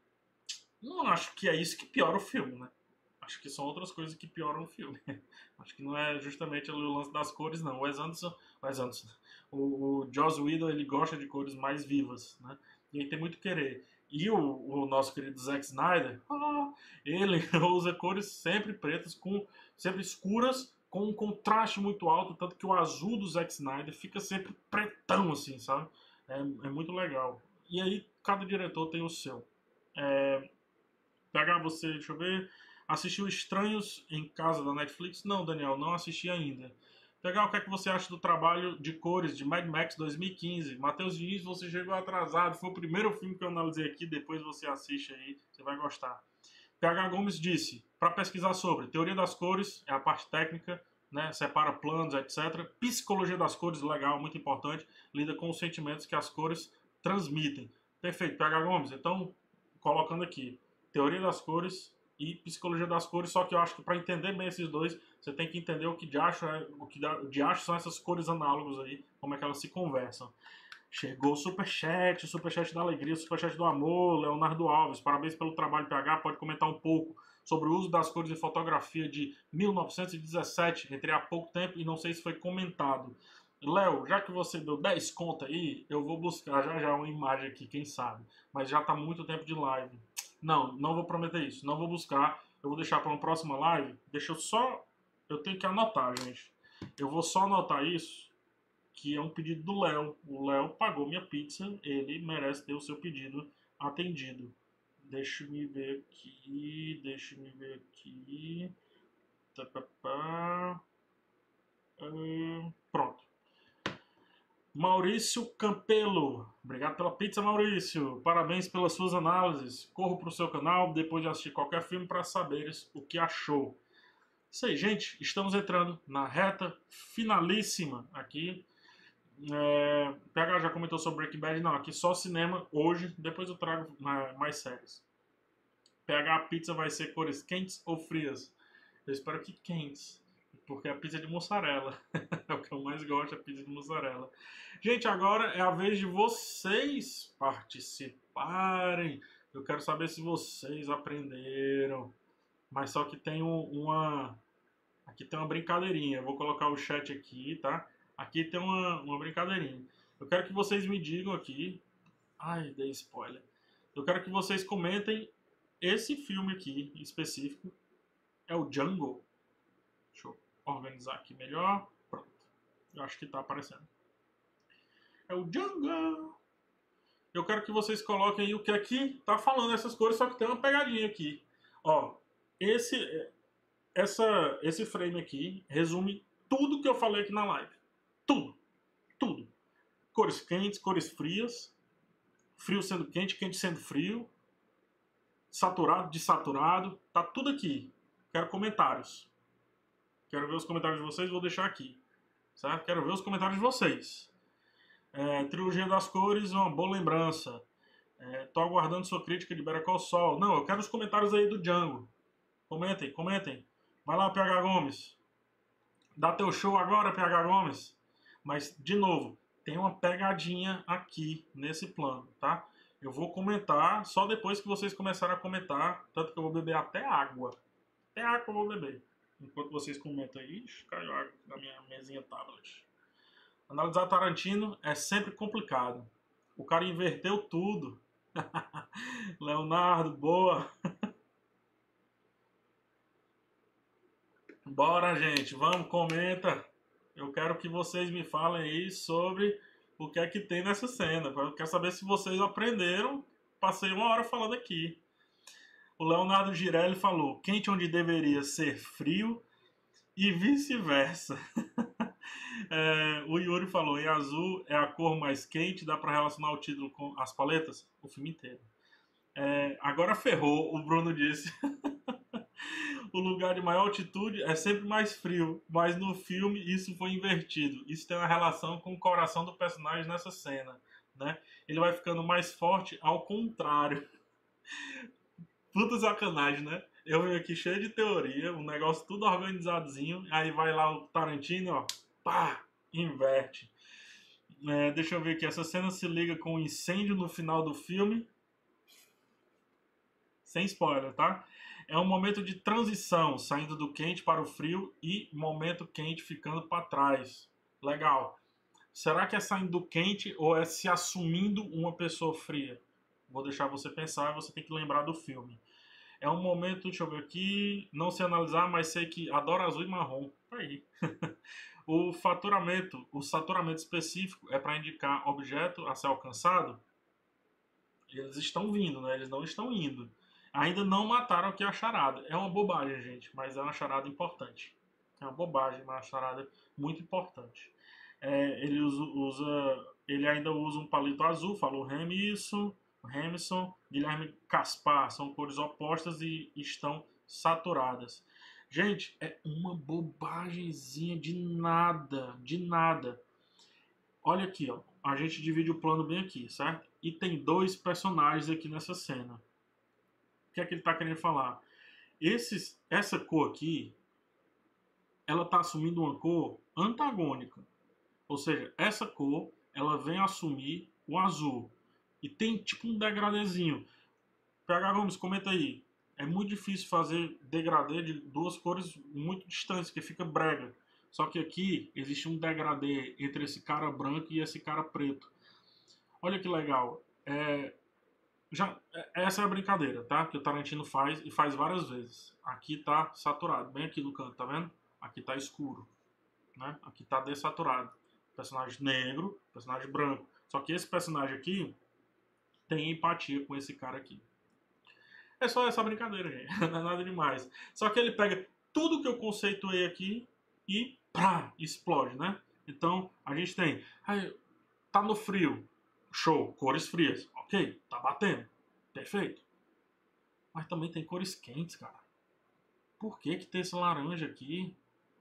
não acho que é isso que piora o filme, né? Acho que são outras coisas que pioram o filme. Acho que não é justamente o lance das cores, não. O Wes Anderson, Wes Anderson o, o Joss Whedon, ele gosta de cores mais vivas, né? E ele tem muito querer. E o, o nosso querido Zack Snyder, ah, ele usa cores sempre pretas, com, sempre escuras, com um contraste muito alto, tanto que o azul do Zack Snyder fica sempre pretão, assim, sabe? É, é muito legal. E aí, cada diretor tem o seu. É, pegar você, deixa eu ver, assistiu Estranhos em Casa da Netflix? Não, Daniel, não assisti ainda. Pegar o que é que você acha do trabalho de cores de Mad Max dois mil e quinze? Matheus Diniz, você chegou atrasado, foi o primeiro filme que eu analisei aqui, depois você assiste aí, você vai gostar. P H Gomes disse, para pesquisar sobre teoria das cores, é a parte técnica, né, separa planos, etcétera. Psicologia das cores, legal, muito importante, lida com os sentimentos que as cores transmitem. Perfeito, P H Gomes, então, colocando aqui, teoria das cores e psicologia das cores, só que eu acho que para entender bem esses dois, você tem que entender o que de acho, é, o que de acho são essas cores análogas aí, como é que elas se conversam. Chegou o superchat, o superchat da alegria, o superchat do amor, Leonardo Alves. Parabéns pelo trabalho, P H. Pode comentar um pouco sobre o uso das cores em fotografia de mil novecentos e dezessete. Entrei há pouco tempo e não sei se foi comentado. Léo, já que você deu dez conto aí, eu vou buscar já já uma imagem aqui, quem sabe. Mas já tá muito tempo de live. Não, não vou prometer isso. Não vou buscar. Eu vou deixar para uma próxima live. Deixa eu só... Eu tenho que anotar, gente. Eu vou só anotar isso, que é um pedido do Léo. O Léo pagou minha pizza, ele merece ter o seu pedido atendido. Deixa eu me ver aqui, deixa eu me ver aqui. Tá, tá, tá. Hum, pronto. Maurício Campelo, obrigado pela pizza, Maurício. Parabéns pelas suas análises. Corro para o seu canal depois de assistir qualquer filme para saberes o que achou. Isso aí, gente. Estamos entrando na reta finalíssima aqui. É, P H já comentou sobre Breaking Bad, não, aqui só cinema hoje, depois eu trago mais séries. P H, a pizza vai ser cores quentes ou frias? Eu espero que quentes, porque a pizza é de mussarela, é o que eu mais gosto, a pizza de mussarela. Gente, agora é a vez de vocês participarem, eu quero saber se vocês aprenderam, mas só que tem uma, aqui tem uma brincadeirinha, eu vou colocar o chat aqui, tá? Aqui tem uma, uma brincadeirinha. Eu quero que vocês me digam aqui. Ai, dei spoiler. Eu quero que vocês comentem esse filme aqui em específico. É o Django. Deixa eu organizar aqui melhor. Pronto. Eu acho que tá aparecendo. É o Django. Eu quero que vocês coloquem aí o que aqui tá falando essas cores, só que tem uma pegadinha aqui. Ó, esse, essa, esse frame aqui resume tudo que eu falei aqui na live. Tudo, tudo. Cores quentes, cores frias, frio sendo quente, quente sendo frio, saturado, desaturado, tá tudo aqui. Quero comentários. Quero ver os comentários de vocês, vou deixar aqui. Certo? Quero ver os comentários de vocês. É, Trilogia das Cores, uma boa lembrança. É, tô aguardando sua crítica de Better Call Saul. Não, eu quero os comentários aí do Django. Comentem, comentem. Vai lá, P H Gomes. Dá teu show agora, P H Gomes. Mas, de novo, tem uma pegadinha aqui nesse plano, tá? Eu vou comentar só depois que vocês começarem a comentar, tanto que eu vou beber até água. Até água eu vou beber. Enquanto vocês comentam aí, ixi, caiu água na minha mesinha tablet. Analisar Tarantino é sempre complicado. O cara inverteu tudo. Leonardo, boa. Bora, gente, vamos, comenta. Eu quero que vocês me falem aí sobre o que é que tem nessa cena. Eu quero saber se vocês aprenderam. Passei uma hora falando aqui. O Leonardo Girelli falou, quente onde deveria ser frio e vice-versa. É, o Yuri falou, em azul é a cor mais quente, dá pra relacionar o título com as paletas? O filme inteiro. É, agora ferrou, o Bruno disse. O lugar de maior altitude é sempre mais frio, mas no filme isso foi invertido. Isso tem uma relação com o coração do personagem nessa cena, né? Ele vai ficando mais forte ao contrário. Puta sacanagem, né? Eu venho aqui cheio de teoria, um negócio tudo organizadozinho, aí vai lá o Tarantino, ó, pá, inverte. É, deixa eu ver aqui, essa cena se liga com o incêndio no final do filme, sem spoiler, tá? É um momento de transição, saindo do quente para o frio e momento quente ficando para trás. Legal. Será que é saindo do quente ou é se assumindo uma pessoa fria? Vou deixar você pensar, você tem que lembrar do filme. É um momento, deixa eu ver aqui, não sei analisar, mas sei que adoro azul e marrom. Tá aí. O faturamento, o saturamento específico é para indicar objeto a ser alcançado. Eles estão vindo, né? Eles não estão indo. Ainda não mataram aqui a charada. É uma bobagem, gente, mas é uma charada importante. É uma bobagem, mas é uma charada muito importante. É, ele, usa, usa, ele ainda usa um palito azul, falou Remison, Remison, Guilherme Caspar. São cores opostas e estão saturadas. Gente, é uma bobagemzinha de nada, de nada. Olha aqui, ó. A gente divide o plano bem aqui, certo? E tem dois personagens aqui nessa cena. O que é que ele está querendo falar? Esses, essa cor aqui, ela está assumindo uma cor antagônica. Ou seja, essa cor, ela vem assumir o azul. E tem tipo um degradezinho. P H Gomes, comenta aí. É muito difícil fazer degradê de duas cores muito distantes, que fica brega. Só que aqui existe um degradê entre esse cara branco e esse cara preto. Olha que legal. É, já, essa é a brincadeira, tá? Que o Tarantino faz e faz várias vezes. Aqui tá saturado, bem aqui no canto, tá vendo? Aqui tá escuro, né? Aqui tá desaturado. Personagem negro, personagem branco. Só que esse personagem aqui tem empatia com esse cara aqui. É só essa brincadeira, gente. Não é nada demais. Só que ele pega tudo que eu conceituei aqui e pá, explode, né? Então, a gente tem... Aí, tá no frio. Show, cores frias. Ok, tá batendo. Perfeito. Mas também tem cores quentes, cara. Por que que tem esse laranja aqui?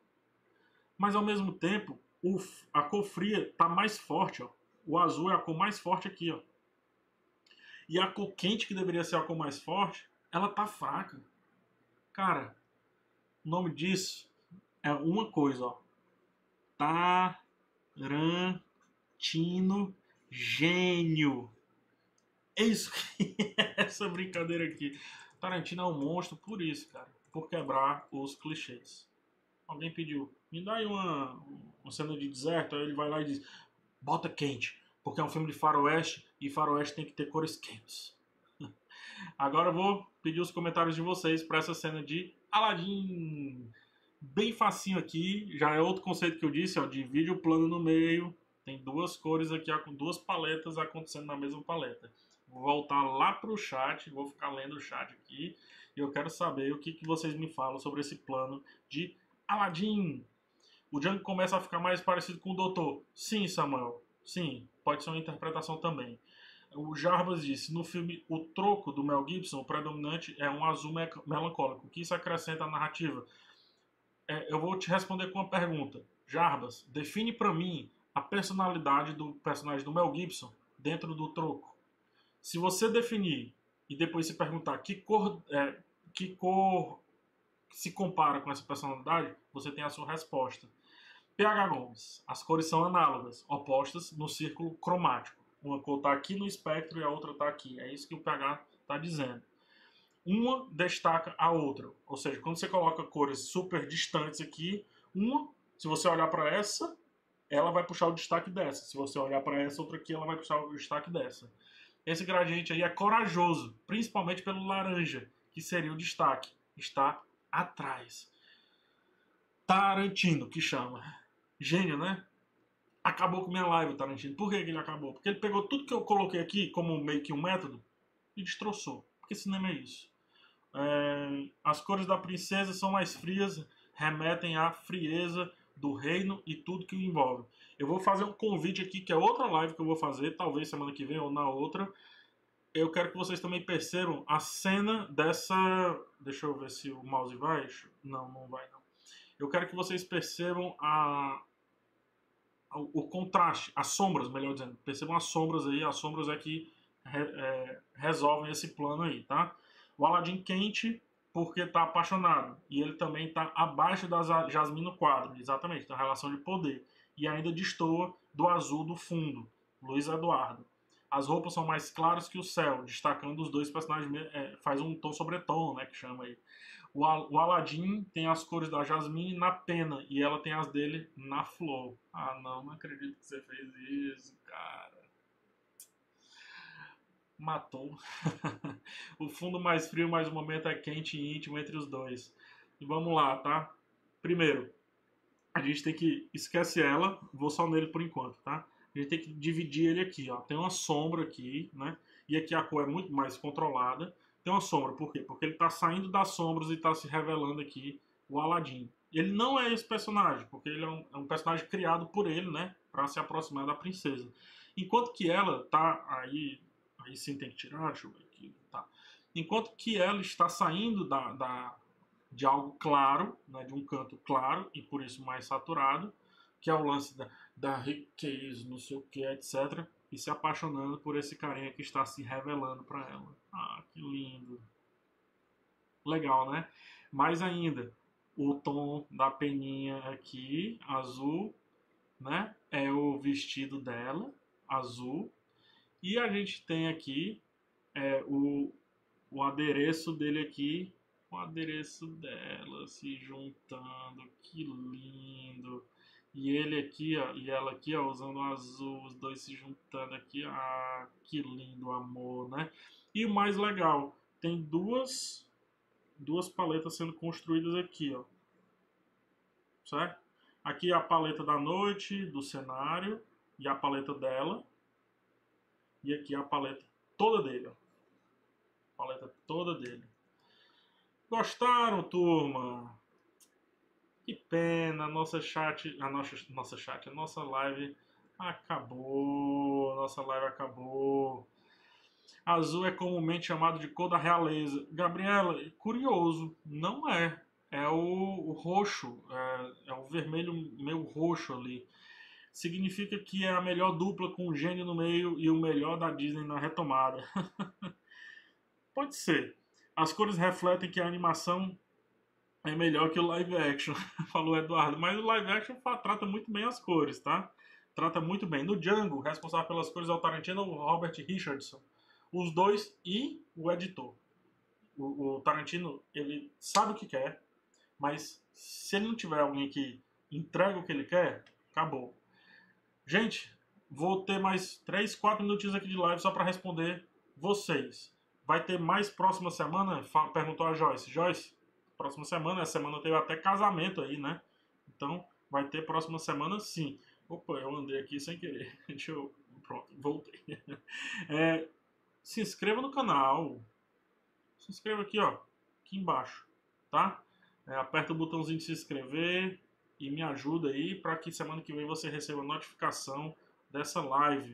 Mas ao mesmo tempo, o, a cor fria tá mais forte, ó. O azul é a cor mais forte aqui, ó. E a cor quente, que deveria ser a cor mais forte, ela tá fraca. Cara, o nome disso é uma coisa, ó. Tarantino gênio. É isso que é essa brincadeira aqui. Tarantino é um monstro por isso, cara. Por quebrar os clichês. Alguém pediu, me dá aí uma, uma cena de deserto. Aí ele vai lá e diz, bota quente. Porque é um filme de faroeste e faroeste tem que ter cores quentes. Agora eu vou pedir os comentários de vocês para essa cena de Aladdin. Bem facinho aqui. Já é outro conceito que eu disse, ó. Divide o plano no meio. Tem duas cores aqui, com duas paletas acontecendo na mesma paleta. Vou voltar lá pro chat, vou ficar lendo o chat aqui. E eu quero saber o que, que vocês me falam sobre esse plano de Aladdin. O Django começa a ficar mais parecido com o Doutor. Sim, Samuel. Sim, pode ser uma interpretação também. O Jarbas disse, no filme O Troco, do Mel Gibson, o predominante é um azul me melancólico. O que isso acrescenta à narrativa? É, eu vou te responder com uma pergunta. Jarbas, define para mim a personalidade do personagem do Mel Gibson dentro do Troco. Se você definir e depois se perguntar que cor, é, que cor se compara com essa personalidade, você tem a sua resposta. P H Gomes, as cores são análogas, opostas no círculo cromático. Uma cor está aqui no espectro e a outra está aqui. É isso que o P H está dizendo. Uma destaca a outra. Ou seja, quando você coloca cores super distantes aqui, uma, se você olhar para essa, ela vai puxar o destaque dessa. Se você olhar para essa outra aqui, ela vai puxar o destaque dessa. Esse gradiente aí é corajoso, principalmente pelo laranja, que seria o destaque. Está atrás. Tarantino, que chama. Gênio, né? Acabou com minha live, o Tarantino. Por que ele acabou? Porque ele pegou tudo que eu coloquei aqui como meio que um método e destroçou. Porque cinema é isso. É... As cores da princesa são mais frias, remetem à frieza do reino e tudo que o envolve. Eu vou fazer um convite aqui, que é outra live que eu vou fazer, talvez semana que vem ou na outra. Eu quero que vocês também percebam a cena dessa... Deixa eu ver se o mouse vai. Não, não vai não. Eu quero que vocês percebam a... o contraste, as sombras, melhor dizendo. Percebam as sombras aí, as sombras é que re, é, resolvem esse plano aí, tá? O Aladdin quente porque tá apaixonado. E ele também tá abaixo da Jasmine no quadro, exatamente, da relação de poder. E ainda destoa do azul do fundo, Luiz Eduardo. As roupas são mais claras que o céu, destacando os dois personagens, é, faz um tom sobre tom, né, que chama aí. O, o Aladdin tem as cores da Jasmine na pena e ela tem as dele na flor. Ah, não, não acredito que você fez isso, cara. Matou. O fundo mais frio, mas o momento é quente e íntimo entre os dois. E vamos lá, tá? Primeiro, a gente tem que... Esquece ela, vou só nele por enquanto, tá? A gente tem que dividir ele aqui, ó. Tem uma sombra aqui, né? E aqui a cor é muito mais controlada. Tem uma sombra, por quê? Porque ele tá saindo das sombras e tá se revelando aqui o Aladdin. Ele não é esse personagem, porque ele é um, é um personagem criado por ele, né? Pra se aproximar da princesa. Enquanto que ela tá aí... Aí sim tem que tirar, deixa eu ver aqui. Tá. Enquanto que ela está saindo da, da, de algo claro, né, de um canto claro, e por isso mais saturado, que é o lance da, da riqueza, não sei o que, etcétera. E se apaixonando por esse carinha que está se revelando para ela. Ah, que lindo. Legal, né? Mais ainda, o tom da peninha aqui, azul, né? É o vestido dela, azul. E a gente tem aqui é, o, o adereço dele aqui, o adereço dela se juntando, que lindo. E ele aqui, ó, e ela aqui, ó, usando o azul, os dois se juntando aqui, ah, que lindo amor, né? E o mais legal, tem duas, duas paletas sendo construídas aqui, ó, certo? Aqui é a paleta da noite, do cenário, e a paleta dela. E aqui a paleta toda dele, ó. Paleta toda dele. Gostaram, turma? Que pena, nossa chat, a nossa, nossa chat, a nossa live acabou, nossa live acabou. Azul é comumente chamado de cor da realeza. Gabriela, curioso, não é. É o, o roxo, é, é o vermelho meio roxo ali. Significa que é a melhor dupla com o gênio no meio e o melhor da Disney na retomada. Pode ser. As cores refletem que a animação é melhor que o live action, falou Eduardo. Mas o live action trata muito bem as cores, tá? Trata muito bem. No Django, responsável pelas cores é o Tarantino, o Robert Richardson. Os dois e o editor. O, o Tarantino, ele sabe o que quer, mas se ele não tiver alguém que entrega o que ele quer, acabou. Gente, vou ter mais três, quatro minutinhos aqui de live só para responder vocês. Vai ter mais próxima semana? Perguntou a Joyce. Joyce, próxima semana, essa semana teve até casamento aí, né? Então, vai ter próxima semana sim. Opa, eu andei aqui sem querer. Deixa eu... Pronto, voltei. É, se inscreva no canal. Se inscreva aqui, ó. Aqui embaixo, tá? É, aperta o botãozinho de se inscrever e me ajuda aí para que semana que vem você receba a notificação dessa live.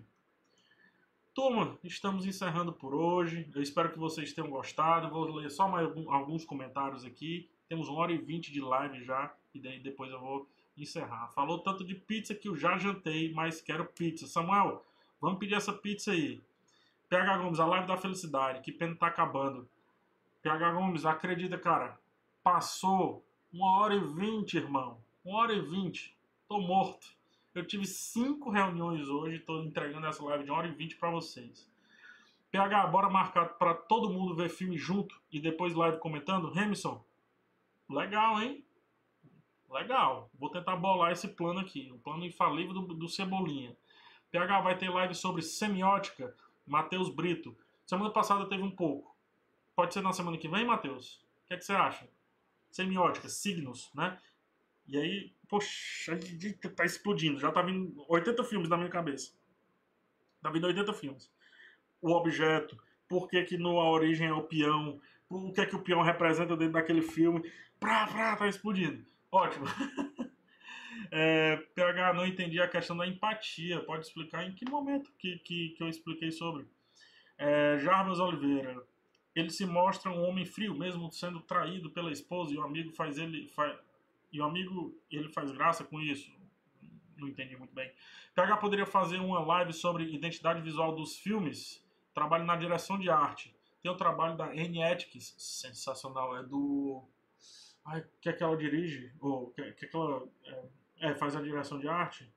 Turma, estamos encerrando por hoje. Eu espero que vocês tenham gostado. Vou ler só mais alguns comentários aqui. Temos uma hora e vinte de live já. E daí depois eu vou encerrar. Falou tanto de pizza que eu já jantei, mas quero pizza. Samuel, vamos pedir essa pizza aí. P H Gomes, a live da felicidade. Que pena tá acabando. P H Gomes, acredita, cara. Passou uma hora e vinte, irmão. Uma hora e vinte. Tô morto. Eu tive cinco reuniões hoje, estou entregando essa live de uma hora e vinte para vocês. P H, bora marcar para todo mundo ver filme junto e depois live comentando? Remison, legal, hein? Legal. Vou tentar bolar esse plano aqui, o plano infalível do, do Cebolinha. P H vai ter live sobre semiótica, Matheus Brito. Semana passada teve um pouco. Pode ser na semana que vem, Matheus? O que, é que você acha? Semiótica, signos, né? E aí, poxa, tá explodindo. Já tá vindo oitenta filmes na minha cabeça. Tá vindo oitenta filmes. O objeto, por que que no A Origem é o peão, o que é que o peão representa dentro daquele filme. Prá, prá, tá explodindo. Ótimo. É, P H, não entendi a questão da empatia. Pode explicar em que momento que, que, que eu expliquei sobre? É, Jarbas Oliveira. Ele se mostra um homem frio, mesmo sendo traído pela esposa, e o amigo faz ele. Fa, e o amigo ele faz graça com isso. Não entendi muito bem. P H poderia fazer uma live sobre identidade visual dos filmes. Trabalho na direção de arte. Tem o trabalho da Anne Ethics, sensacional. É do. Ai, que é que ela dirige? Ou que, que, é que ela é, é, faz a direção de arte?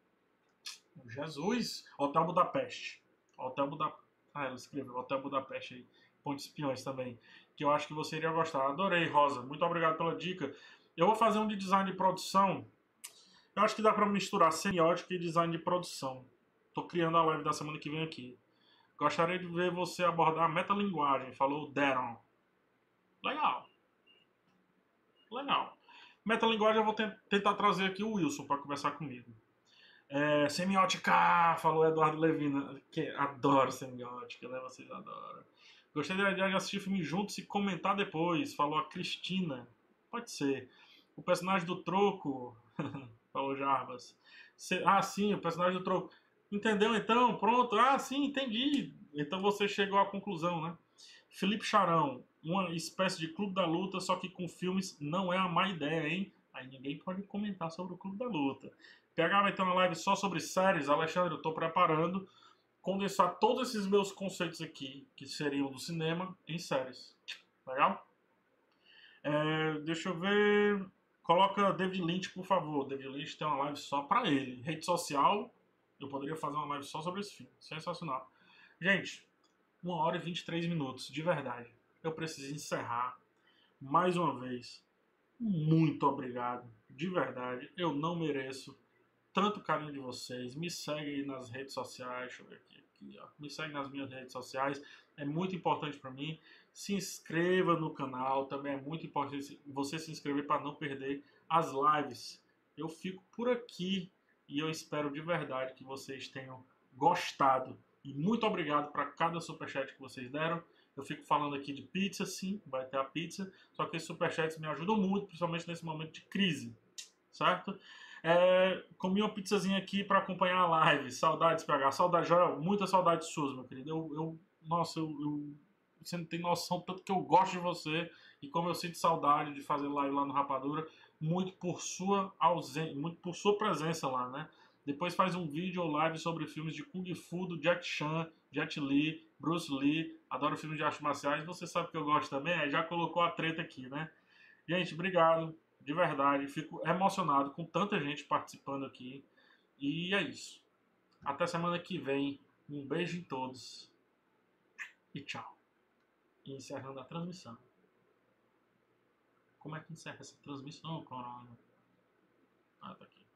Jesus! Hotel Budapeste. Hotel Budapeste. Ah, ela escreveu Hotel Budapeste aí. Pontes Espiões também. Que eu acho que você iria gostar. Adorei, Rosa. Muito obrigado pela dica. Eu vou fazer um de design de produção. Eu acho que dá pra misturar semiótica e design de produção. Tô criando a live da semana que vem aqui. Gostaria de ver você abordar a metalinguagem. Falou Deron. Legal. Legal. Metalinguagem eu vou tentar trazer aqui o Wilson para conversar comigo. É, semiótica, falou Eduardo Levina, que adoro semiótica, né? Vocês adoram. Gostaria de assistir filme juntos e comentar depois, falou a Cristina. Pode ser. O personagem do Troco, falou Jarbas. Se, ah, sim, o personagem do Troco. Entendeu então? Pronto. Ah, sim, entendi. Então você chegou à conclusão, né? Felipe Charão, uma espécie de Clube da Luta, só que com filmes não é a má ideia, hein? Aí ninguém pode comentar sobre o Clube da Luta. P H vai ter uma live só sobre séries. Alexandre, eu estou preparando condensar todos esses meus conceitos aqui, que seriam do cinema, em séries. Legal? É, deixa eu ver. Coloca David Lynch, por favor. David Lynch tem uma live só para ele. Rede social, eu poderia fazer uma live só sobre esse filme. Sensacional. Gente, uma hora e vinte e três minutos, de verdade. Eu preciso encerrar mais uma vez. Muito obrigado, de verdade. Eu não mereço tanto carinho de vocês. Me segue aí nas redes sociais. Deixa eu ver aqui. aqui ó. Me segue nas minhas redes sociais. É muito importante para mim. Se inscreva no canal. Também é muito importante você se inscrever para não perder as lives. Eu fico por aqui e eu espero de verdade que vocês tenham gostado. E muito obrigado para cada superchat que vocês deram. Eu fico falando aqui de pizza, sim, vai ter a pizza. Só que esses superchats me ajudam muito, principalmente nesse momento de crise, certo? É, comi uma pizzazinha aqui para acompanhar a live. Saudades, P H. Saudade, Joel. Muita saudade suas, meu querido. Eu, eu nossa, eu, eu, você não tem noção tanto que eu gosto de você e como eu sinto saudade de fazer live lá no Rapadura, muito por sua ausência, muito por sua presença lá, né? Depois faz um vídeo ou live sobre filmes de Kung Fu do Jack Chan, Jet Li, Bruce Lee. Adoro filmes de artes marciais. Você sabe que eu gosto também. Aí já colocou a treta aqui, né? Gente, obrigado. De verdade, fico emocionado com tanta gente participando aqui. E é isso. Até semana que vem. Um beijo em todos. E tchau. E encerrando a transmissão. Como é que encerra essa transmissão, Corona? Ah, tá aqui.